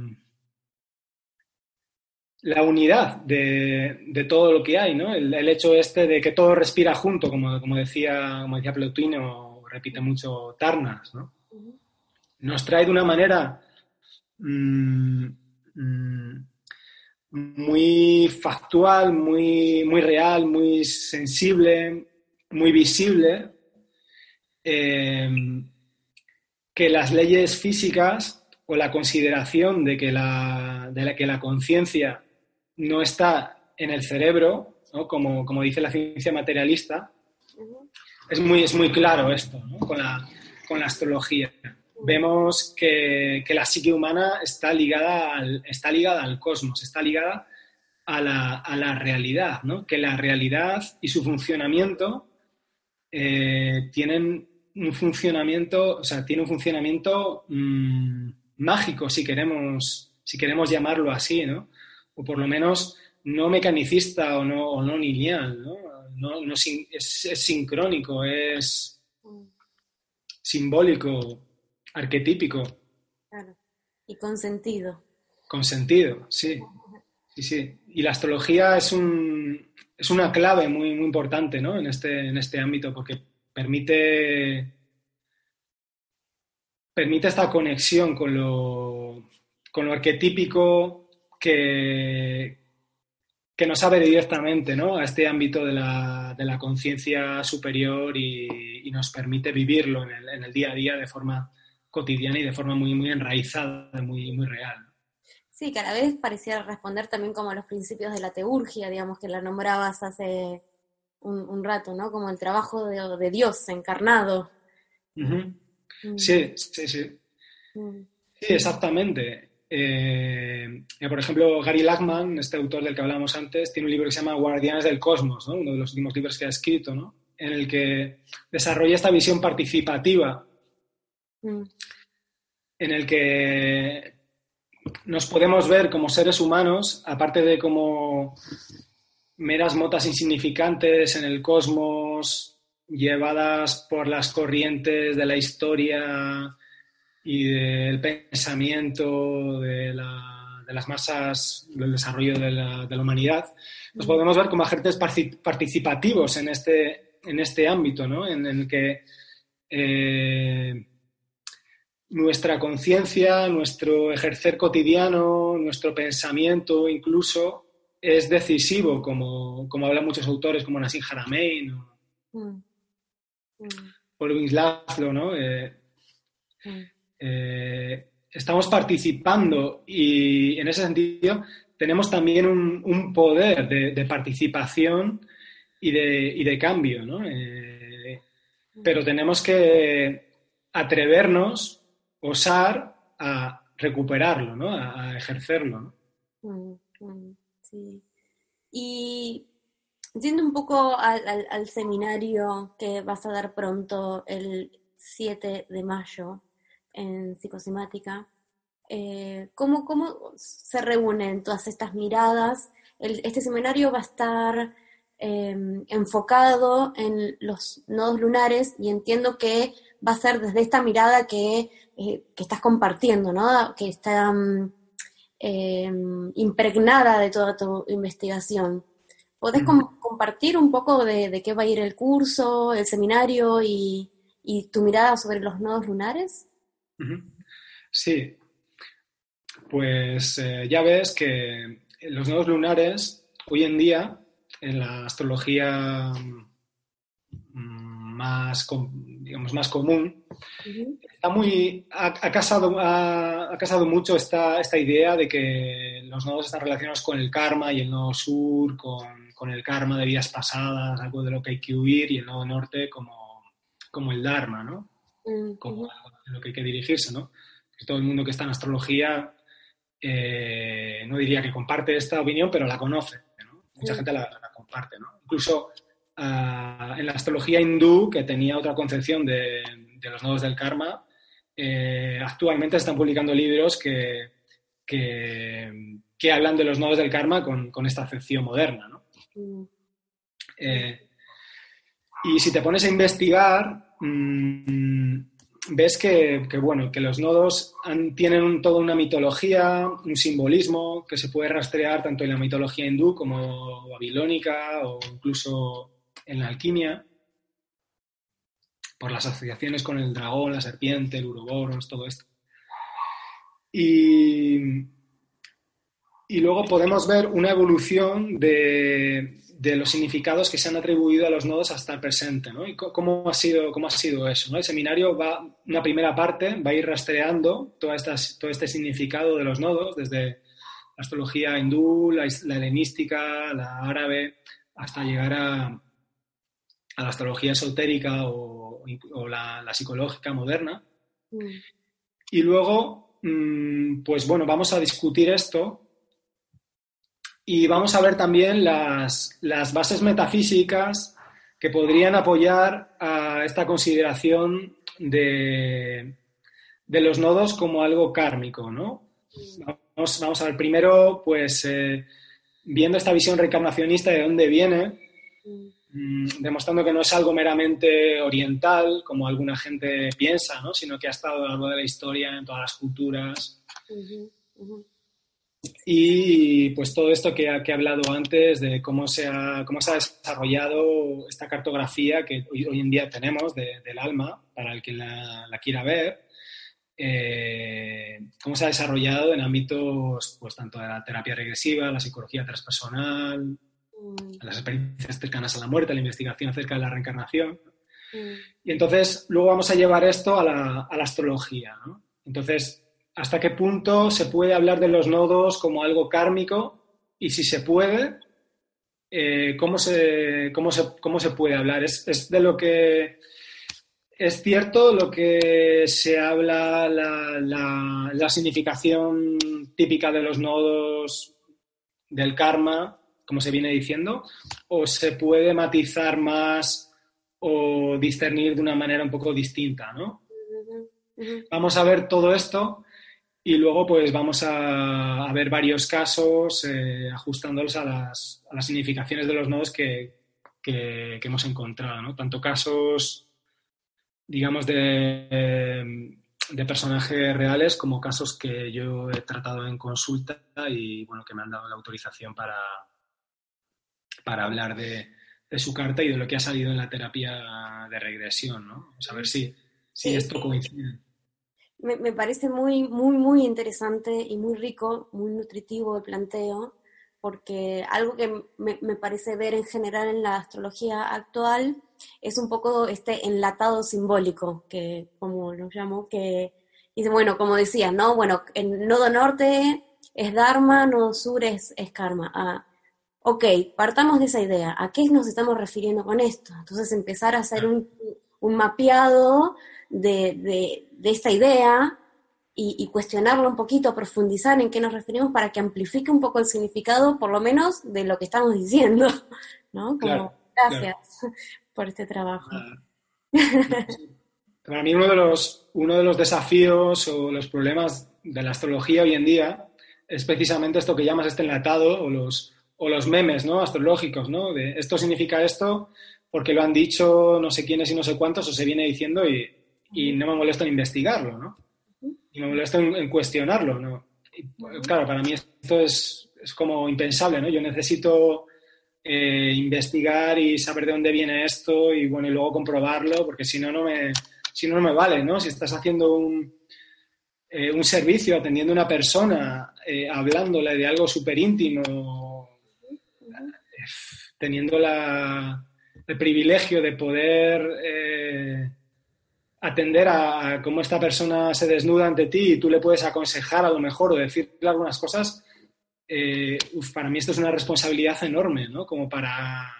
la unidad de, de todo lo que hay, ¿no? El, el hecho este de que todo respira junto, como, como, decía, como decía Plotino, repite mucho Tarnas, ¿no? Uh-huh. Nos trae de una manera Mm, mm, muy factual, muy, muy real, muy sensible, muy visible, eh, que las leyes físicas o la consideración de que la, de la, que la conciencia no está en el cerebro, ¿no? como, como dice la ciencia materialista, uh-huh. es, muy, es muy claro esto, ¿no? con, la, con la astrología. Vemos que, que la psique humana está ligada al, está ligada al cosmos, está ligada a la, a la realidad, ¿no? Que la realidad y su funcionamiento eh, tienen un funcionamiento, o sea, tiene un funcionamiento mmm, mágico, si queremos, si queremos llamarlo así, ¿no? O por lo menos no mecanicista o no, o no lineal, ¿no? No, no, es, es sincrónico, es simbólico, arquetípico. Claro. Y con sentido. Con sentido, sí. Sí, sí. Y la astrología es un es una clave muy, muy importante, ¿no? En este, en este ámbito, porque permite permite esta conexión con lo, con lo arquetípico que, que nos abre directamente, ¿no? A este ámbito de la, de la conciencia superior y, y nos permite vivirlo en el, en el día a día de forma cotidiana y de forma muy, muy enraizada, muy, muy real. Sí, que a la vez parecía responder también como a los principios de la teurgia, digamos, que la nombrabas hace un, un rato, ¿no? Como el trabajo de, de Dios encarnado. Uh-huh. Mm. Sí, sí, sí. Mm. Sí, exactamente. Eh, por ejemplo, Gary Lachman, este autor del que hablábamos antes, tiene un libro que se llama Guardianes del Cosmos, ¿no? Uno de los últimos libros que ha escrito, ¿no? En el que desarrolla esta visión participativa, mm. en el que nos podemos ver como seres humanos, aparte de como meras motas insignificantes en el cosmos, llevadas por las corrientes de la historia y del pensamiento de, la, de las masas, del desarrollo de la, de la humanidad, nos podemos ver como agentes participativos en este, en este ámbito, ¿no? En el que eh, nuestra conciencia, nuestro ejercer cotidiano, nuestro pensamiento incluso es decisivo, como, como hablan muchos autores como Nassim Haramein. O... Mm. mm. por Luis Laszlo, ¿no? Eh, Mm. eh, estamos participando y en ese sentido tenemos también un, un poder de, de participación y de, y de cambio, ¿no? Eh, pero tenemos que atrevernos, osar a recuperarlo, ¿no? A, a ejercerlo, ¿no? Mm, mm, sí. Y yendo un poco al, al- al seminario que vas a dar pronto el siete de mayo en psicosomática, eh, ¿cómo, cómo se reúnen todas estas miradas? El- este seminario va a estar eh, enfocado en los nodos lunares y entiendo que va a ser desde esta mirada que, eh, que estás compartiendo, ¿no? Que está mm, eh, impregnada de toda tu investigación. ¿Podés Ujú. com- compartir un poco de, de qué va a ir el curso, el seminario y, y tu mirada sobre los nodos lunares? Ujú. Sí, pues eh, ya ves que los nodos lunares hoy en día en la astrología mm, más, com- digamos, más común Ujú, está muy ha, ha casado ha, ha casado mucho esta, esta idea de que los nodos están relacionados con el karma y el nodo sur con, con el karma de vidas pasadas, algo de lo que hay que huir, y el nodo norte como, como el dharma, ¿no? mm, Como ujú, algo de lo que hay que dirigirse, ¿no? Que todo el mundo que está en astrología eh, no diría que comparte esta opinión, pero la conoce, ¿no? Mucha mm, gente la, la comparte, ¿no? Incluso uh, en la astrología hindú, que tenía otra concepción de, de los nodos del karma, eh, actualmente están publicando libros que, que, que, hablan de los nodos del karma con, con esta acepción moderna, ¿no? mm, Eh, y si te pones a investigar, mmm, ves que, que, bueno, que los nodos han, tienen un, toda una mitología, un simbolismo que se puede rastrear tanto en la mitología hindú como babilónica o incluso en la alquimia, por las asociaciones con el dragón, la serpiente, el uroboros, todo esto. Y, y luego podemos ver una evolución de, de los significados que se han atribuido a los nodos hasta el presente, ¿no? Y cómo ha sido, cómo ha sido eso, ¿no? El seminario va, una primera parte, va a ir rastreando toda estas, todo este significado de los nodos, desde la astrología hindú, la, la helenística, la árabe, hasta llegar a, a la astrología esotérica o, o la, la psicológica moderna. mm. Y luego, pues bueno, vamos a discutir esto. Y vamos a ver también las, las bases metafísicas que podrían apoyar a esta consideración de, de los nodos como algo kármico, ¿no? Vamos, vamos a ver primero, pues, eh, viendo esta visión reencarnacionista de dónde viene, mmm, demostrando que no es algo meramente oriental, como alguna gente piensa, ¿no? Sino que ha estado a lo largo de la historia en todas las culturas. Uh-huh, uh-huh. Y pues todo esto que, que he hablado antes de cómo se ha, cómo se ha desarrollado esta cartografía que hoy, hoy en día tenemos de, del alma, para el que la, la quiera ver, eh, cómo se ha desarrollado en ámbitos pues tanto de la terapia regresiva, la psicología transpersonal, mm. las experiencias cercanas a la muerte, la investigación acerca de la reencarnación. Mm. Y entonces luego vamos a llevar esto a la, a la astrología, ¿no? Entonces, ¿hasta qué punto se puede hablar de los nodos como algo kármico? Y si se puede, eh, ¿cómo, se, cómo, se, ¿cómo se puede hablar? ¿Es, es de lo que es cierto lo que se habla, la, la, la significación típica de los nodos del karma, como se viene diciendo? ¿O se puede matizar más o discernir de una manera un poco distinta, ¿no? Uh-huh. Uh-huh. Vamos a ver todo esto. Y luego, pues, vamos a, a ver varios casos eh, ajustándolos a las, a las significaciones de los nodos que, que, que hemos encontrado, ¿no? Tanto casos, digamos, de, de personajes reales como casos que yo he tratado en consulta y, bueno, que me han dado la autorización para, para hablar de, de su carta y de lo que ha salido en la terapia de regresión, ¿no? Vamos a ver si, si esto coincide. Me, me parece muy, muy, muy interesante y muy rico, muy nutritivo el planteo. porque algo que me, me parece ver en general en la astrología actual es un poco este enlatado simbólico, que como lo llamo, que dice, bueno, como decía, ¿no? Bueno, el nodo norte es Dharma, nodo sur es, es Karma. Ah, ok, partamos de esa idea. ¿A qué nos estamos refiriendo con esto? Entonces empezar a hacer un, un mapeado de, de, de esta idea y, y cuestionarlo un poquito, profundizar en qué nos referimos para que amplifique un poco el significado, por lo menos, de lo que estamos diciendo, ¿no? Como, claro, gracias claro. por este trabajo. Ah, sí. Para mí uno de los, uno de los desafíos o los problemas de la astrología hoy en día es precisamente esto que llamas este enlatado o los, o los memes, ¿no? Astrológicos, ¿no? De esto significa esto porque lo han dicho no sé quiénes y no sé cuántos o se viene diciendo y, y no me molesto en investigarlo, ¿no? Y me molesto en, en cuestionarlo, ¿no? Y, claro, para mí esto es, es como impensable, ¿no? Yo necesito eh, investigar y saber de dónde viene esto y, bueno, y luego comprobarlo, porque si no, no me, si no, no me vale, ¿no? Si estás haciendo un, eh, un servicio, atendiendo a una persona, eh, hablándole de algo súper íntimo, eh, teniendo la, el privilegio de poder... Eh, atender a, a cómo esta persona se desnuda ante ti y tú le puedes aconsejar a lo mejor o decirle algunas cosas, eh, uf, para mí esto es una responsabilidad enorme, ¿no? Como para,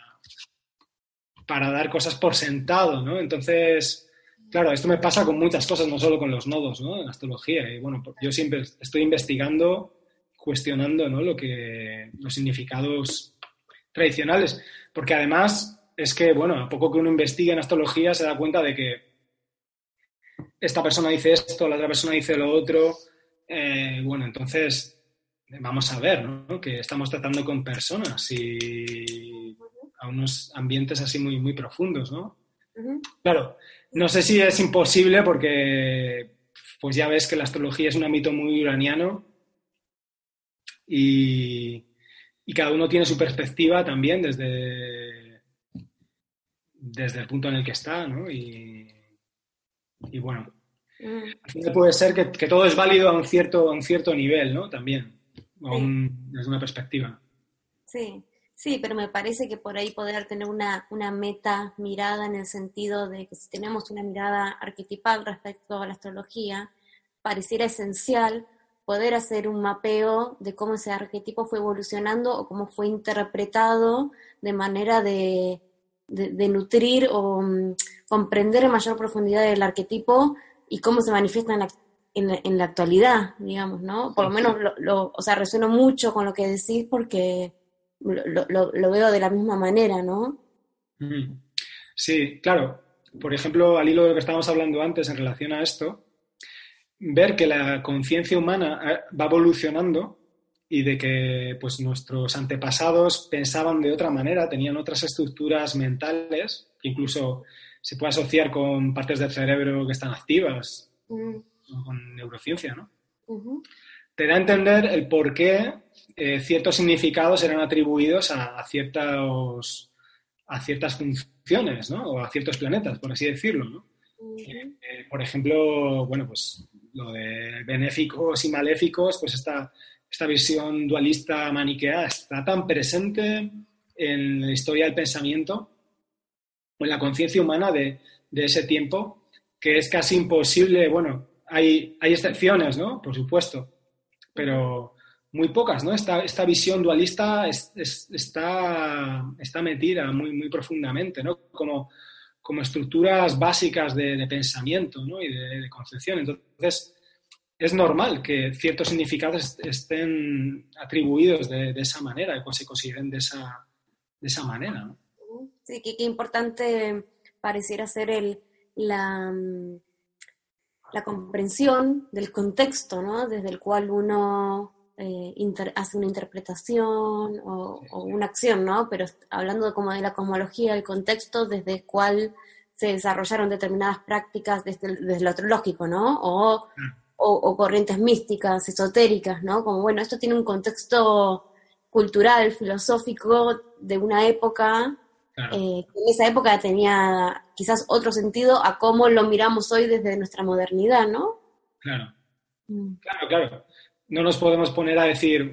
para dar cosas por sentado, ¿no? Entonces, claro, esto me pasa con muchas cosas, no solo con los nodos, ¿no? En la astrología. Y bueno, yo siempre estoy investigando, cuestionando, ¿no? Lo que, los significados tradicionales. Porque además es que, bueno, a poco que uno investigue en astrología se da cuenta de que esta persona dice esto, la otra persona dice lo otro. Eh, bueno, entonces vamos a ver, ¿no? Que estamos tratando con personas y a unos ambientes así muy, muy profundos, ¿no? Uh-huh. Claro, no sé si es imposible porque pues ya ves que la astrología es un ámbito muy uraniano y, y cada uno tiene su perspectiva también desde, desde el punto en el que está, ¿no? Y, y bueno, al final puede ser que, que todo es válido a un cierto, a un cierto nivel, ¿no? También, a un, desde una perspectiva. Sí, sí, pero me parece que por ahí poder tener una, una meta mirada en el sentido de que si tenemos una mirada arquetipal respecto a la astrología, pareciera esencial poder hacer un mapeo de cómo ese arquetipo fue evolucionando o cómo fue interpretado de manera de, de, de nutrir o um, comprender en mayor profundidad el arquetipo y cómo se manifiesta en la, en la, en la actualidad, digamos, ¿no? Por lo menos, lo, lo, o sea, resueno mucho con lo que decís porque lo, lo, lo veo de la misma manera, ¿no? Sí, claro. Por ejemplo, al hilo de lo que estábamos hablando antes en relación a esto, ver que la conciencia humana va evolucionando y de que pues, nuestros antepasados pensaban de otra manera, tenían otras estructuras mentales, que incluso se puede asociar con partes del cerebro que están activas, uh-huh. con neurociencia, ¿no? Uh-huh. Te da a entender el por qué eh, ciertos significados eran atribuidos a, a, ciertos, a ciertas funciones, ¿no? O a ciertos planetas, por así decirlo, ¿no? Uh-huh. Eh, eh, por ejemplo, bueno, pues lo de benéficos y maléficos, pues esta, esta visión dualista maniquea está tan presente en la historia del pensamiento o en la conciencia humana de, de ese tiempo, que es casi imposible. Bueno, hay, hay excepciones, ¿no? Por supuesto, pero muy pocas, ¿no? Esta, esta visión dualista es, es, está, está metida muy, muy profundamente, ¿no? Como, como estructuras básicas de, de pensamiento, ¿no? Y de, de concepción. Entonces, es normal que ciertos significados estén atribuidos de, de esa manera, que se consideren de esa, de esa manera, ¿no? Sí, qué importante pareciera ser el, la, la comprensión del contexto, ¿no? Desde el cual uno eh, inter, hace una interpretación o, o una acción, ¿no? Pero hablando como de la cosmología, el contexto desde el cual se desarrollaron determinadas prácticas desde, desde lo astrológico, ¿no? O, o, o corrientes místicas, esotéricas, ¿no? Como, bueno, esto tiene un contexto cultural, filosófico de una época. Claro. Eh, en esa época tenía quizás otro sentido a cómo lo miramos hoy desde nuestra modernidad, ¿no? Claro, mm. claro, claro. No nos podemos poner a decir,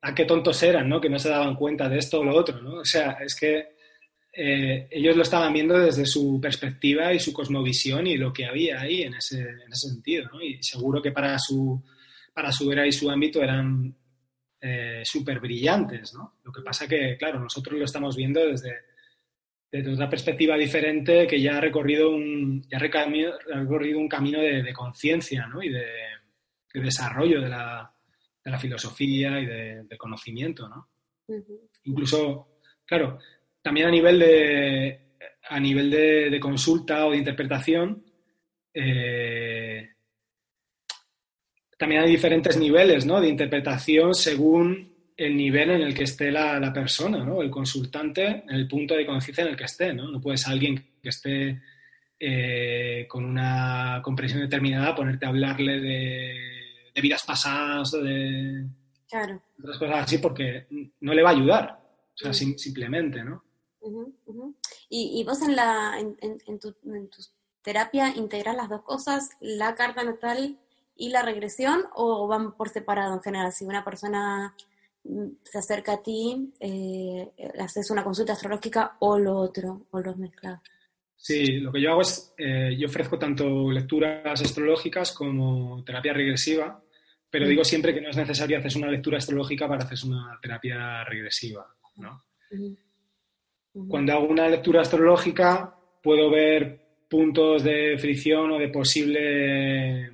a qué tontos eran, ¿no? Que no se daban cuenta de esto o lo otro, ¿no? O sea, es que eh, ellos lo estaban viendo desde su perspectiva y su cosmovisión y lo que había ahí en ese, en ese sentido, ¿no? Y seguro que para su, para su era y su ámbito eran eh, súper brillantes, ¿no? Lo que pasa que, claro, nosotros lo estamos viendo desde, desde otra perspectiva diferente que ya ha recorrido un, ya ha recamino, ha recorrido un camino de, de conciencia, ¿no? Y de, de desarrollo de la, de la filosofía y de, del conocimiento, ¿no? Uh-huh. Incluso, claro, también a nivel de, a nivel de, de consulta o de interpretación, eh, también hay diferentes niveles, ¿no? De interpretación según el nivel en el que esté la, la persona, ¿no? El consultante, en el punto de conciencia en el que esté, ¿no? No puedes alguien que esté eh, con una comprensión determinada ponerte a hablarle de, de vidas pasadas, de claro. otras cosas así, porque no le va a ayudar, o sea, uh-huh. sim, simplemente, ¿no? Uh-huh, uh-huh. ¿Y, y vos en, la, en, en, en, tu, en tu terapia integrás las dos cosas, la carta natal y la regresión, o van por separado en general? Si una persona se acerca a ti, eh, haces una consulta astrológica o lo otro, o los mezclas. Sí, lo que yo hago es, eh, yo ofrezco tanto lecturas astrológicas como terapia regresiva, pero uh-huh. digo siempre que no es necesario hacer una lectura astrológica para hacer una terapia regresiva, ¿no? Uh-huh. Uh-huh. Cuando hago una lectura astrológica puedo ver puntos de fricción o de posible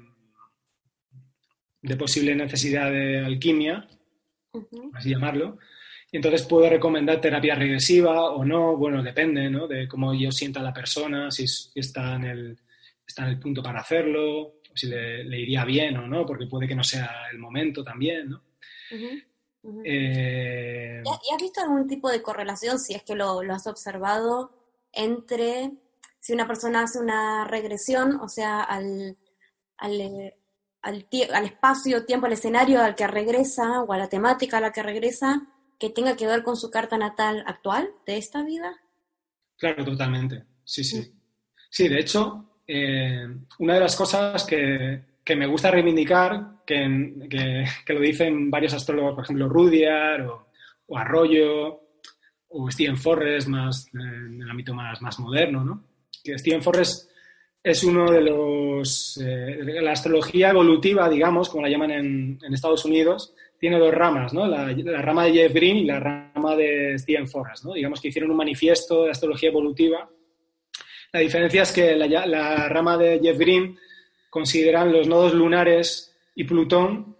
de posible necesidad de alquimia, uh-huh. así llamarlo, y entonces puedo recomendar terapia regresiva o no, bueno, depende, ¿no? De cómo yo sienta a la persona, si, si está, en el, está en el punto para hacerlo, o si le, le iría bien o no, porque puede que no sea el momento también, ¿no? Uh-huh. Uh-huh. Eh... ¿Y has visto algún tipo de correlación, si es que lo, lo has observado, entre si una persona hace una regresión, o sea, al, al, al, tie- al espacio, tiempo, al escenario al que regresa, o a la temática a la que regresa, que tenga que ver con su carta natal actual de esta vida? Claro, totalmente. Sí, sí. Sí, sí de hecho, eh, una de las cosas que, que me gusta reivindicar, que, que, que lo dicen varios astrólogos, por ejemplo, Rudyard o, o Arroyo o Steven Forrest, más, eh, en el ámbito más, más moderno, ¿no? Que Steven Forrest es uno de los... Eh, la astrología evolutiva, digamos, como la llaman en, en Estados Unidos, tiene dos ramas, ¿no? La, la rama de Jeff Green y la rama de Steven Forrest, ¿no? Digamos que hicieron un manifiesto de astrología evolutiva. La diferencia es que la, la rama de Jeff Green consideran los nodos lunares y Plutón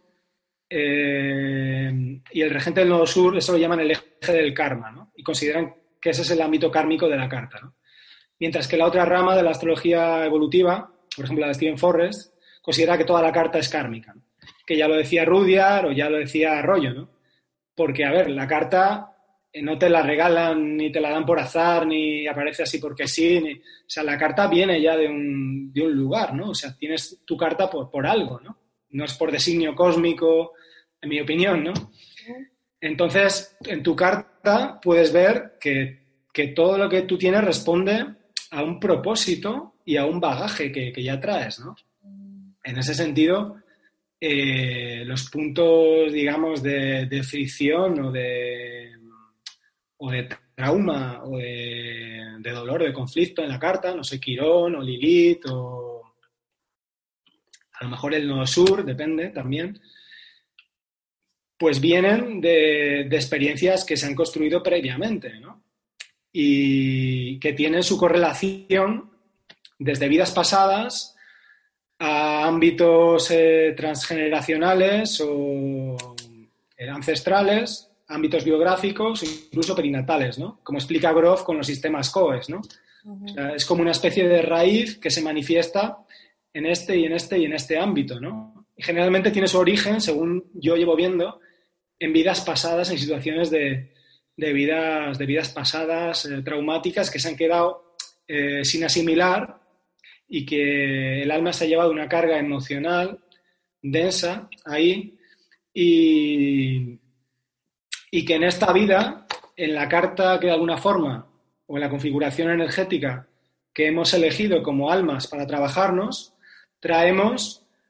eh, y el regente del nodo sur, eso lo llaman el eje del karma, ¿no? Y consideran que ese es el ámbito kármico de la carta, ¿no? Mientras que la otra rama de la astrología evolutiva, por ejemplo la de Steven Forrest, considera que toda la carta es kármica, ¿no? Que ya lo decía Rudyard o ya lo decía Arroyo, ¿no? Porque, a ver, la carta no te la regalan ni te la dan por azar ni aparece así porque sí. Ni... O sea, la carta viene ya de un, de un lugar, ¿no? O sea, tienes tu carta por, por algo, ¿no? No es por designio cósmico, en mi opinión, ¿no? Entonces, en tu carta puedes ver que, que todo lo que tú tienes responde a un propósito y a un bagaje que, que ya traes, ¿no? En ese sentido... Eh, los puntos, digamos, de, de fricción o de, o de trauma o de, de dolor, de conflicto en la carta, no sé, Quirón o Lilith o a lo mejor el nodo sur, depende también, pues vienen de, de experiencias que se han construido previamente, ¿no? Y que tienen su correlación desde vidas pasadas a ámbitos eh, transgeneracionales o eh, ancestrales, ámbitos biográficos, incluso perinatales, ¿no? Como explica Grof con los sistemas C O E S, ¿no? Uh-huh. O sea, es como una especie de raíz que se manifiesta en este y en este y en este ámbito, ¿no? Y generalmente tiene su origen, según yo llevo viendo, en vidas pasadas, en situaciones de, de, vidas, de vidas pasadas eh, traumáticas que se han quedado eh, sin asimilar y que el alma se ha llevado una carga emocional densa ahí y, y que en esta vida, en la carta que de alguna forma, o en la configuración energética que hemos elegido como almas para trabajarnos, traemos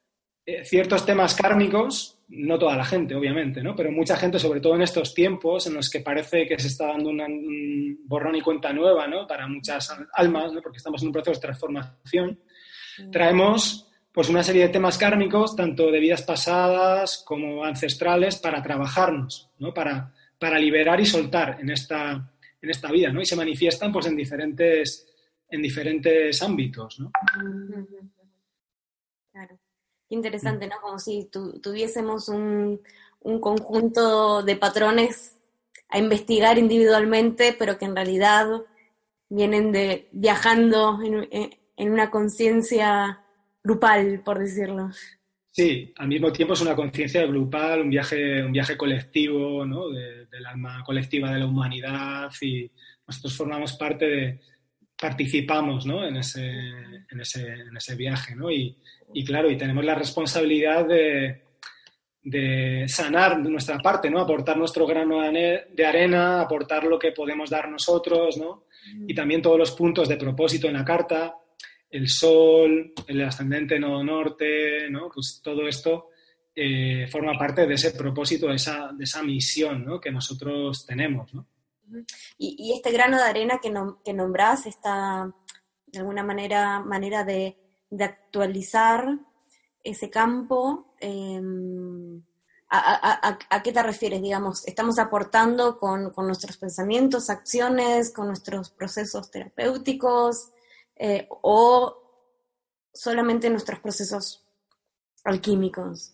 eh, ciertos temas kármicos, no toda la gente, obviamente, ¿no? Pero mucha gente, sobre todo en estos tiempos en los que parece que se está dando una, un borrón y cuenta nueva, ¿no? Para muchas almas, ¿no? Porque estamos en un proceso de transformación, traemos pues una serie de temas kármicos, tanto de vidas pasadas como ancestrales, para trabajarnos, ¿no? Para, para liberar y soltar en esta, en esta vida, ¿no? Y se manifiestan pues en diferentes, en diferentes ámbitos, ¿no? Claro. Interesante, ¿no? Como si tu, tuviésemos un, un conjunto de patrones a investigar individualmente, pero que en realidad vienen de viajando en, en, en una conciencia grupal, por decirlo. Sí, al mismo tiempo es una conciencia grupal, un viaje, un viaje colectivo, ¿no? De, del alma colectiva de la humanidad, y nosotros formamos parte de, participamos, ¿no? En ese, en ese, en ese viaje, ¿no? Y, y claro, y tenemos la responsabilidad de, de sanar nuestra parte, ¿no? Aportar nuestro grano de arena, aportar lo que podemos dar nosotros, ¿no? Y también todos los puntos de propósito en la carta, el sol, el ascendente nodo norte, ¿no? Pues todo esto eh, forma parte de ese propósito, de esa, de esa misión, ¿no? Que nosotros tenemos, ¿no? Y, y este grano de arena que, nom- que nombrás, esta, de alguna manera, manera de, de actualizar ese campo, eh, ¿a, a, a, ¿a qué te refieres? Digamos, ¿estamos aportando con, con nuestros pensamientos, acciones, con nuestros procesos terapéuticos, eh, o solamente nuestros procesos alquímicos?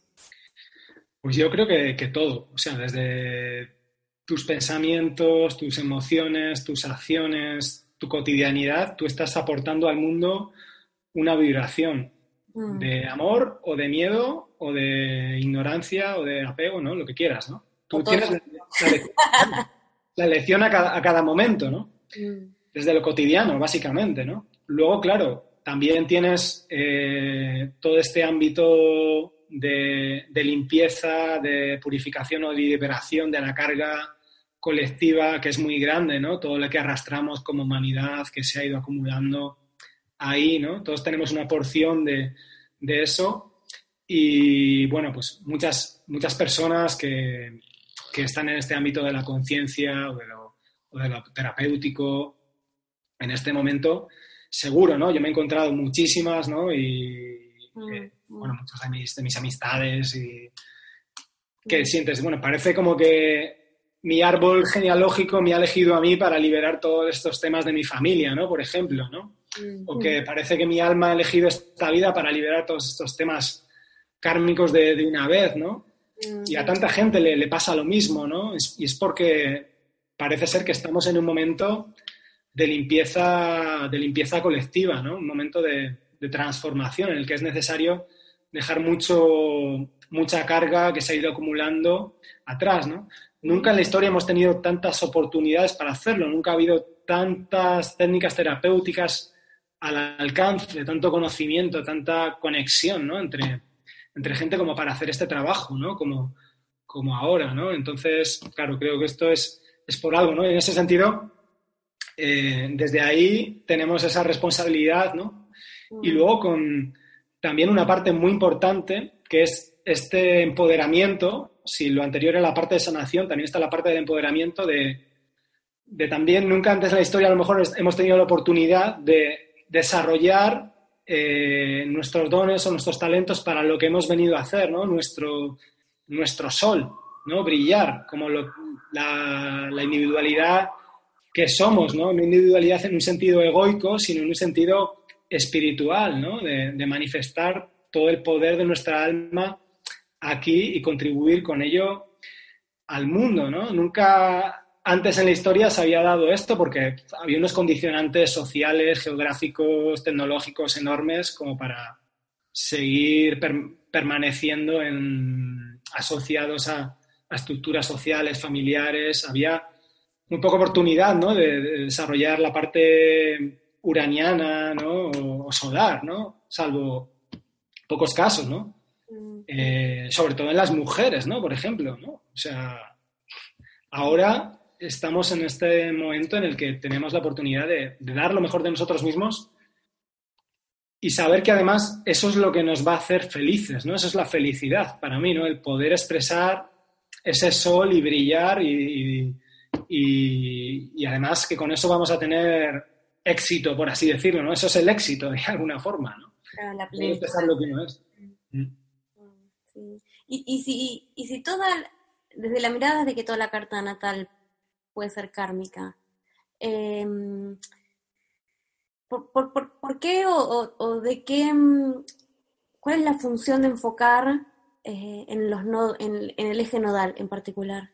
Pues yo creo que, que todo, o sea, desde tus pensamientos, tus emociones, tus acciones, tu cotidianidad, tú estás aportando al mundo una vibración mm. de amor o de miedo o de ignorancia o de apego, ¿no? Lo que quieras, ¿no? Tú tienes la, la, lección, la lección a cada, a cada momento, ¿no? Mm. Desde lo cotidiano, básicamente, ¿no? Luego, claro, también tienes eh, todo este ámbito de, de limpieza, de purificación o de liberación de la carga colectiva, que es muy grande, ¿no? Todo lo que arrastramos como humanidad, que se ha ido acumulando ahí, ¿no? Todos tenemos una porción de, de eso y, bueno, pues muchas, muchas personas que, que están en este ámbito de la conciencia o de lo, o de lo terapéutico en este momento, seguro, ¿no? Yo me he encontrado muchísimas, ¿no? Y, eh, bueno, muchas de mis, de mis amistades y que sientes, bueno, parece como que mi árbol genealógico me ha elegido a mí para liberar todos estos temas de mi familia, ¿no? Por ejemplo, ¿no? Mm-hmm. O que parece que mi alma ha elegido esta vida para liberar todos estos temas kármicos de, de una vez, ¿no? Mm-hmm. Y a tanta gente le, le pasa lo mismo, ¿no? Es, y es porque parece ser que estamos en un momento de limpieza, de limpieza colectiva, ¿no? Un momento de, de transformación en el que es necesario dejar mucho, mucha carga que se ha ido acumulando atrás, ¿no? Nunca en la historia hemos tenido tantas oportunidades para hacerlo, nunca ha habido tantas técnicas terapéuticas al alcance, tanto conocimiento, tanta conexión, ¿no? entre, entre gente como para hacer este trabajo, ¿no? Como, como ahora, ¿no? Entonces, claro, creo que esto es, es por algo, ¿no? Y en ese sentido, eh, desde ahí tenemos esa responsabilidad, ¿no? Y luego con también una parte muy importante, que es este empoderamiento. Si lo anterior era la parte de sanación, también está la parte del empoderamiento de, de también, nunca antes en la historia a lo mejor hemos tenido la oportunidad de desarrollar eh, nuestros dones o nuestros talentos para lo que hemos venido a hacer, ¿no? Nuestro, nuestro sol, ¿no? Brillar, como lo, la, la individualidad que somos, ¿no? No individualidad en un sentido egoico, sino en un sentido espiritual, ¿no? De, de manifestar todo el poder de nuestra alma aquí y contribuir con ello al mundo, ¿no? Nunca antes en la historia se había dado esto porque había unos condicionantes sociales, geográficos, tecnológicos enormes como para seguir per- permaneciendo en, asociados a, a estructuras sociales, familiares. Había muy poca oportunidad, ¿no? de, de desarrollar la parte uraniana, ¿no? o, o solar, ¿no? Salvo pocos casos, ¿no? Eh, sobre todo en las mujeres, ¿no? Por ejemplo, ¿no? O sea, ahora estamos en este momento en el que tenemos la oportunidad de, de dar lo mejor de nosotros mismos y saber que además eso es lo que nos va a hacer felices, ¿no? Eso es la felicidad para mí, ¿no? El poder expresar ese sol y brillar y, y, y además que con eso vamos a tener éxito, por así decirlo, ¿no? Eso es el éxito de alguna forma, ¿no? Claro, la Poder expresar lo que uno es. Mm. Sí. Y, y, si, y si toda, desde la mirada de que toda la carta natal puede ser kármica, eh, ¿por, por, por, ¿por qué o, o, o de qué, cuál es la función de enfocar eh, en, los nod, en, en el eje nodal en particular?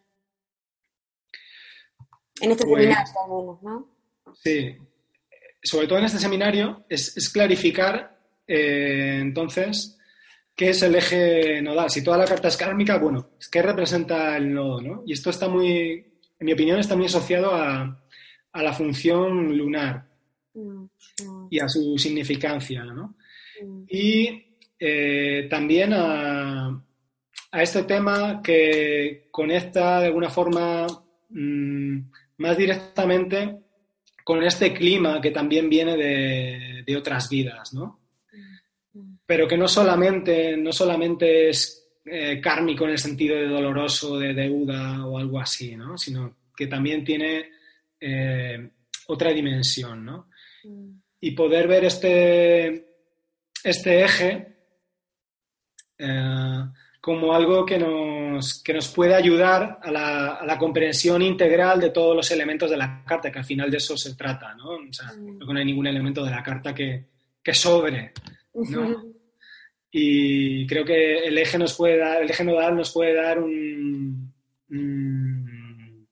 En este Pues, seminario, al menos, ¿no? Sí, sobre todo en este seminario es, es clarificar eh, entonces qué es el eje nodal. Si toda la carta es kármica, bueno, ¿qué representa el nodo, ¿no? Y esto está muy, en mi opinión, está muy asociado a, a la función lunar Mm, mm, y a su significancia, ¿no? mm, Y eh, también a, a este tema que conecta de alguna forma mmm, más directamente con este clima que también viene de, de otras vidas, ¿no? mm, Pero que no solamente, no solamente es eh, kármico en el sentido de doloroso, de deuda o algo así, ¿no? Sino que también tiene eh, otra dimensión, ¿no? mm. Y poder ver este, este eje eh, como algo que nos, que nos puede ayudar a la, a la comprensión integral de todos los elementos de la carta, que al final de eso se trata, ¿no? O sea, no hay ningún elemento de la carta que, que sobre, ¿no? Y creo que el eje nos puede dar, el eje nodal nos puede dar un, un,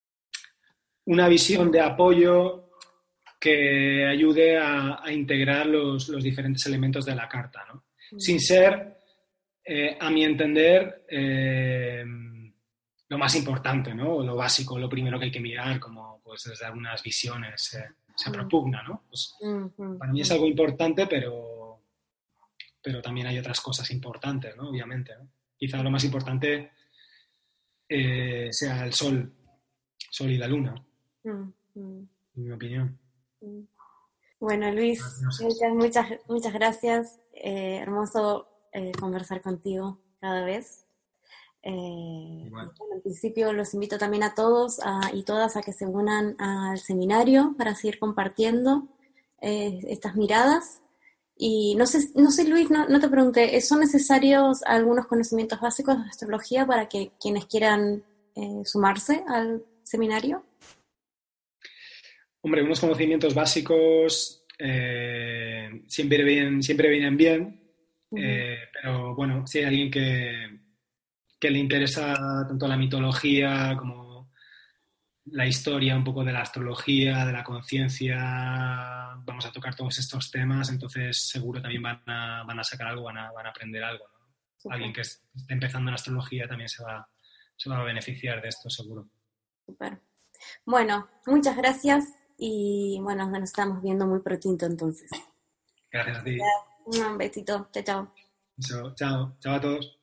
una visión de apoyo que ayude a, a integrar los, los diferentes elementos de la carta, ¿no? Mm. Sin ser, eh, a mi entender, eh, lo más importante, ¿no? Lo básico, lo primero que hay que mirar, como pues desde algunas visiones eh, se propugna, ¿no? Pues, mm-hmm. Para mí es algo importante, pero, pero también hay otras cosas importantes, ¿no? Obviamente, ¿no? Quizá lo más importante eh, sea el sol, sol y la luna, mm-hmm. en mi opinión. Bueno, Luis, muchas, muchas, muchas gracias. Eh, hermoso eh, conversar contigo cada vez. Eh, bueno, en principio los invito también a todos a, y todas a que se unan al seminario para seguir compartiendo eh, estas miradas. Y no sé, no sé Luis, no, no te pregunté, ¿son necesarios algunos conocimientos básicos de astrología para que quienes quieran eh, sumarse al seminario? Hombre, unos conocimientos básicos eh, siempre, vienen, siempre vienen bien, uh-huh. eh, pero bueno, si hay alguien que, que le interesa tanto la mitología como la historia, un poco de la astrología, de la conciencia, vamos a tocar todos estos temas, entonces seguro también van a, van a sacar algo, van a, van a aprender algo, ¿no? Super. Alguien que esté empezando en astrología también se va, se va a beneficiar de esto, seguro. Súper. Bueno, muchas gracias. Y bueno, nos estamos viendo muy prontito entonces. Gracias a ti. Un besito. Chao, chao. Eso, chao. Chao a todos.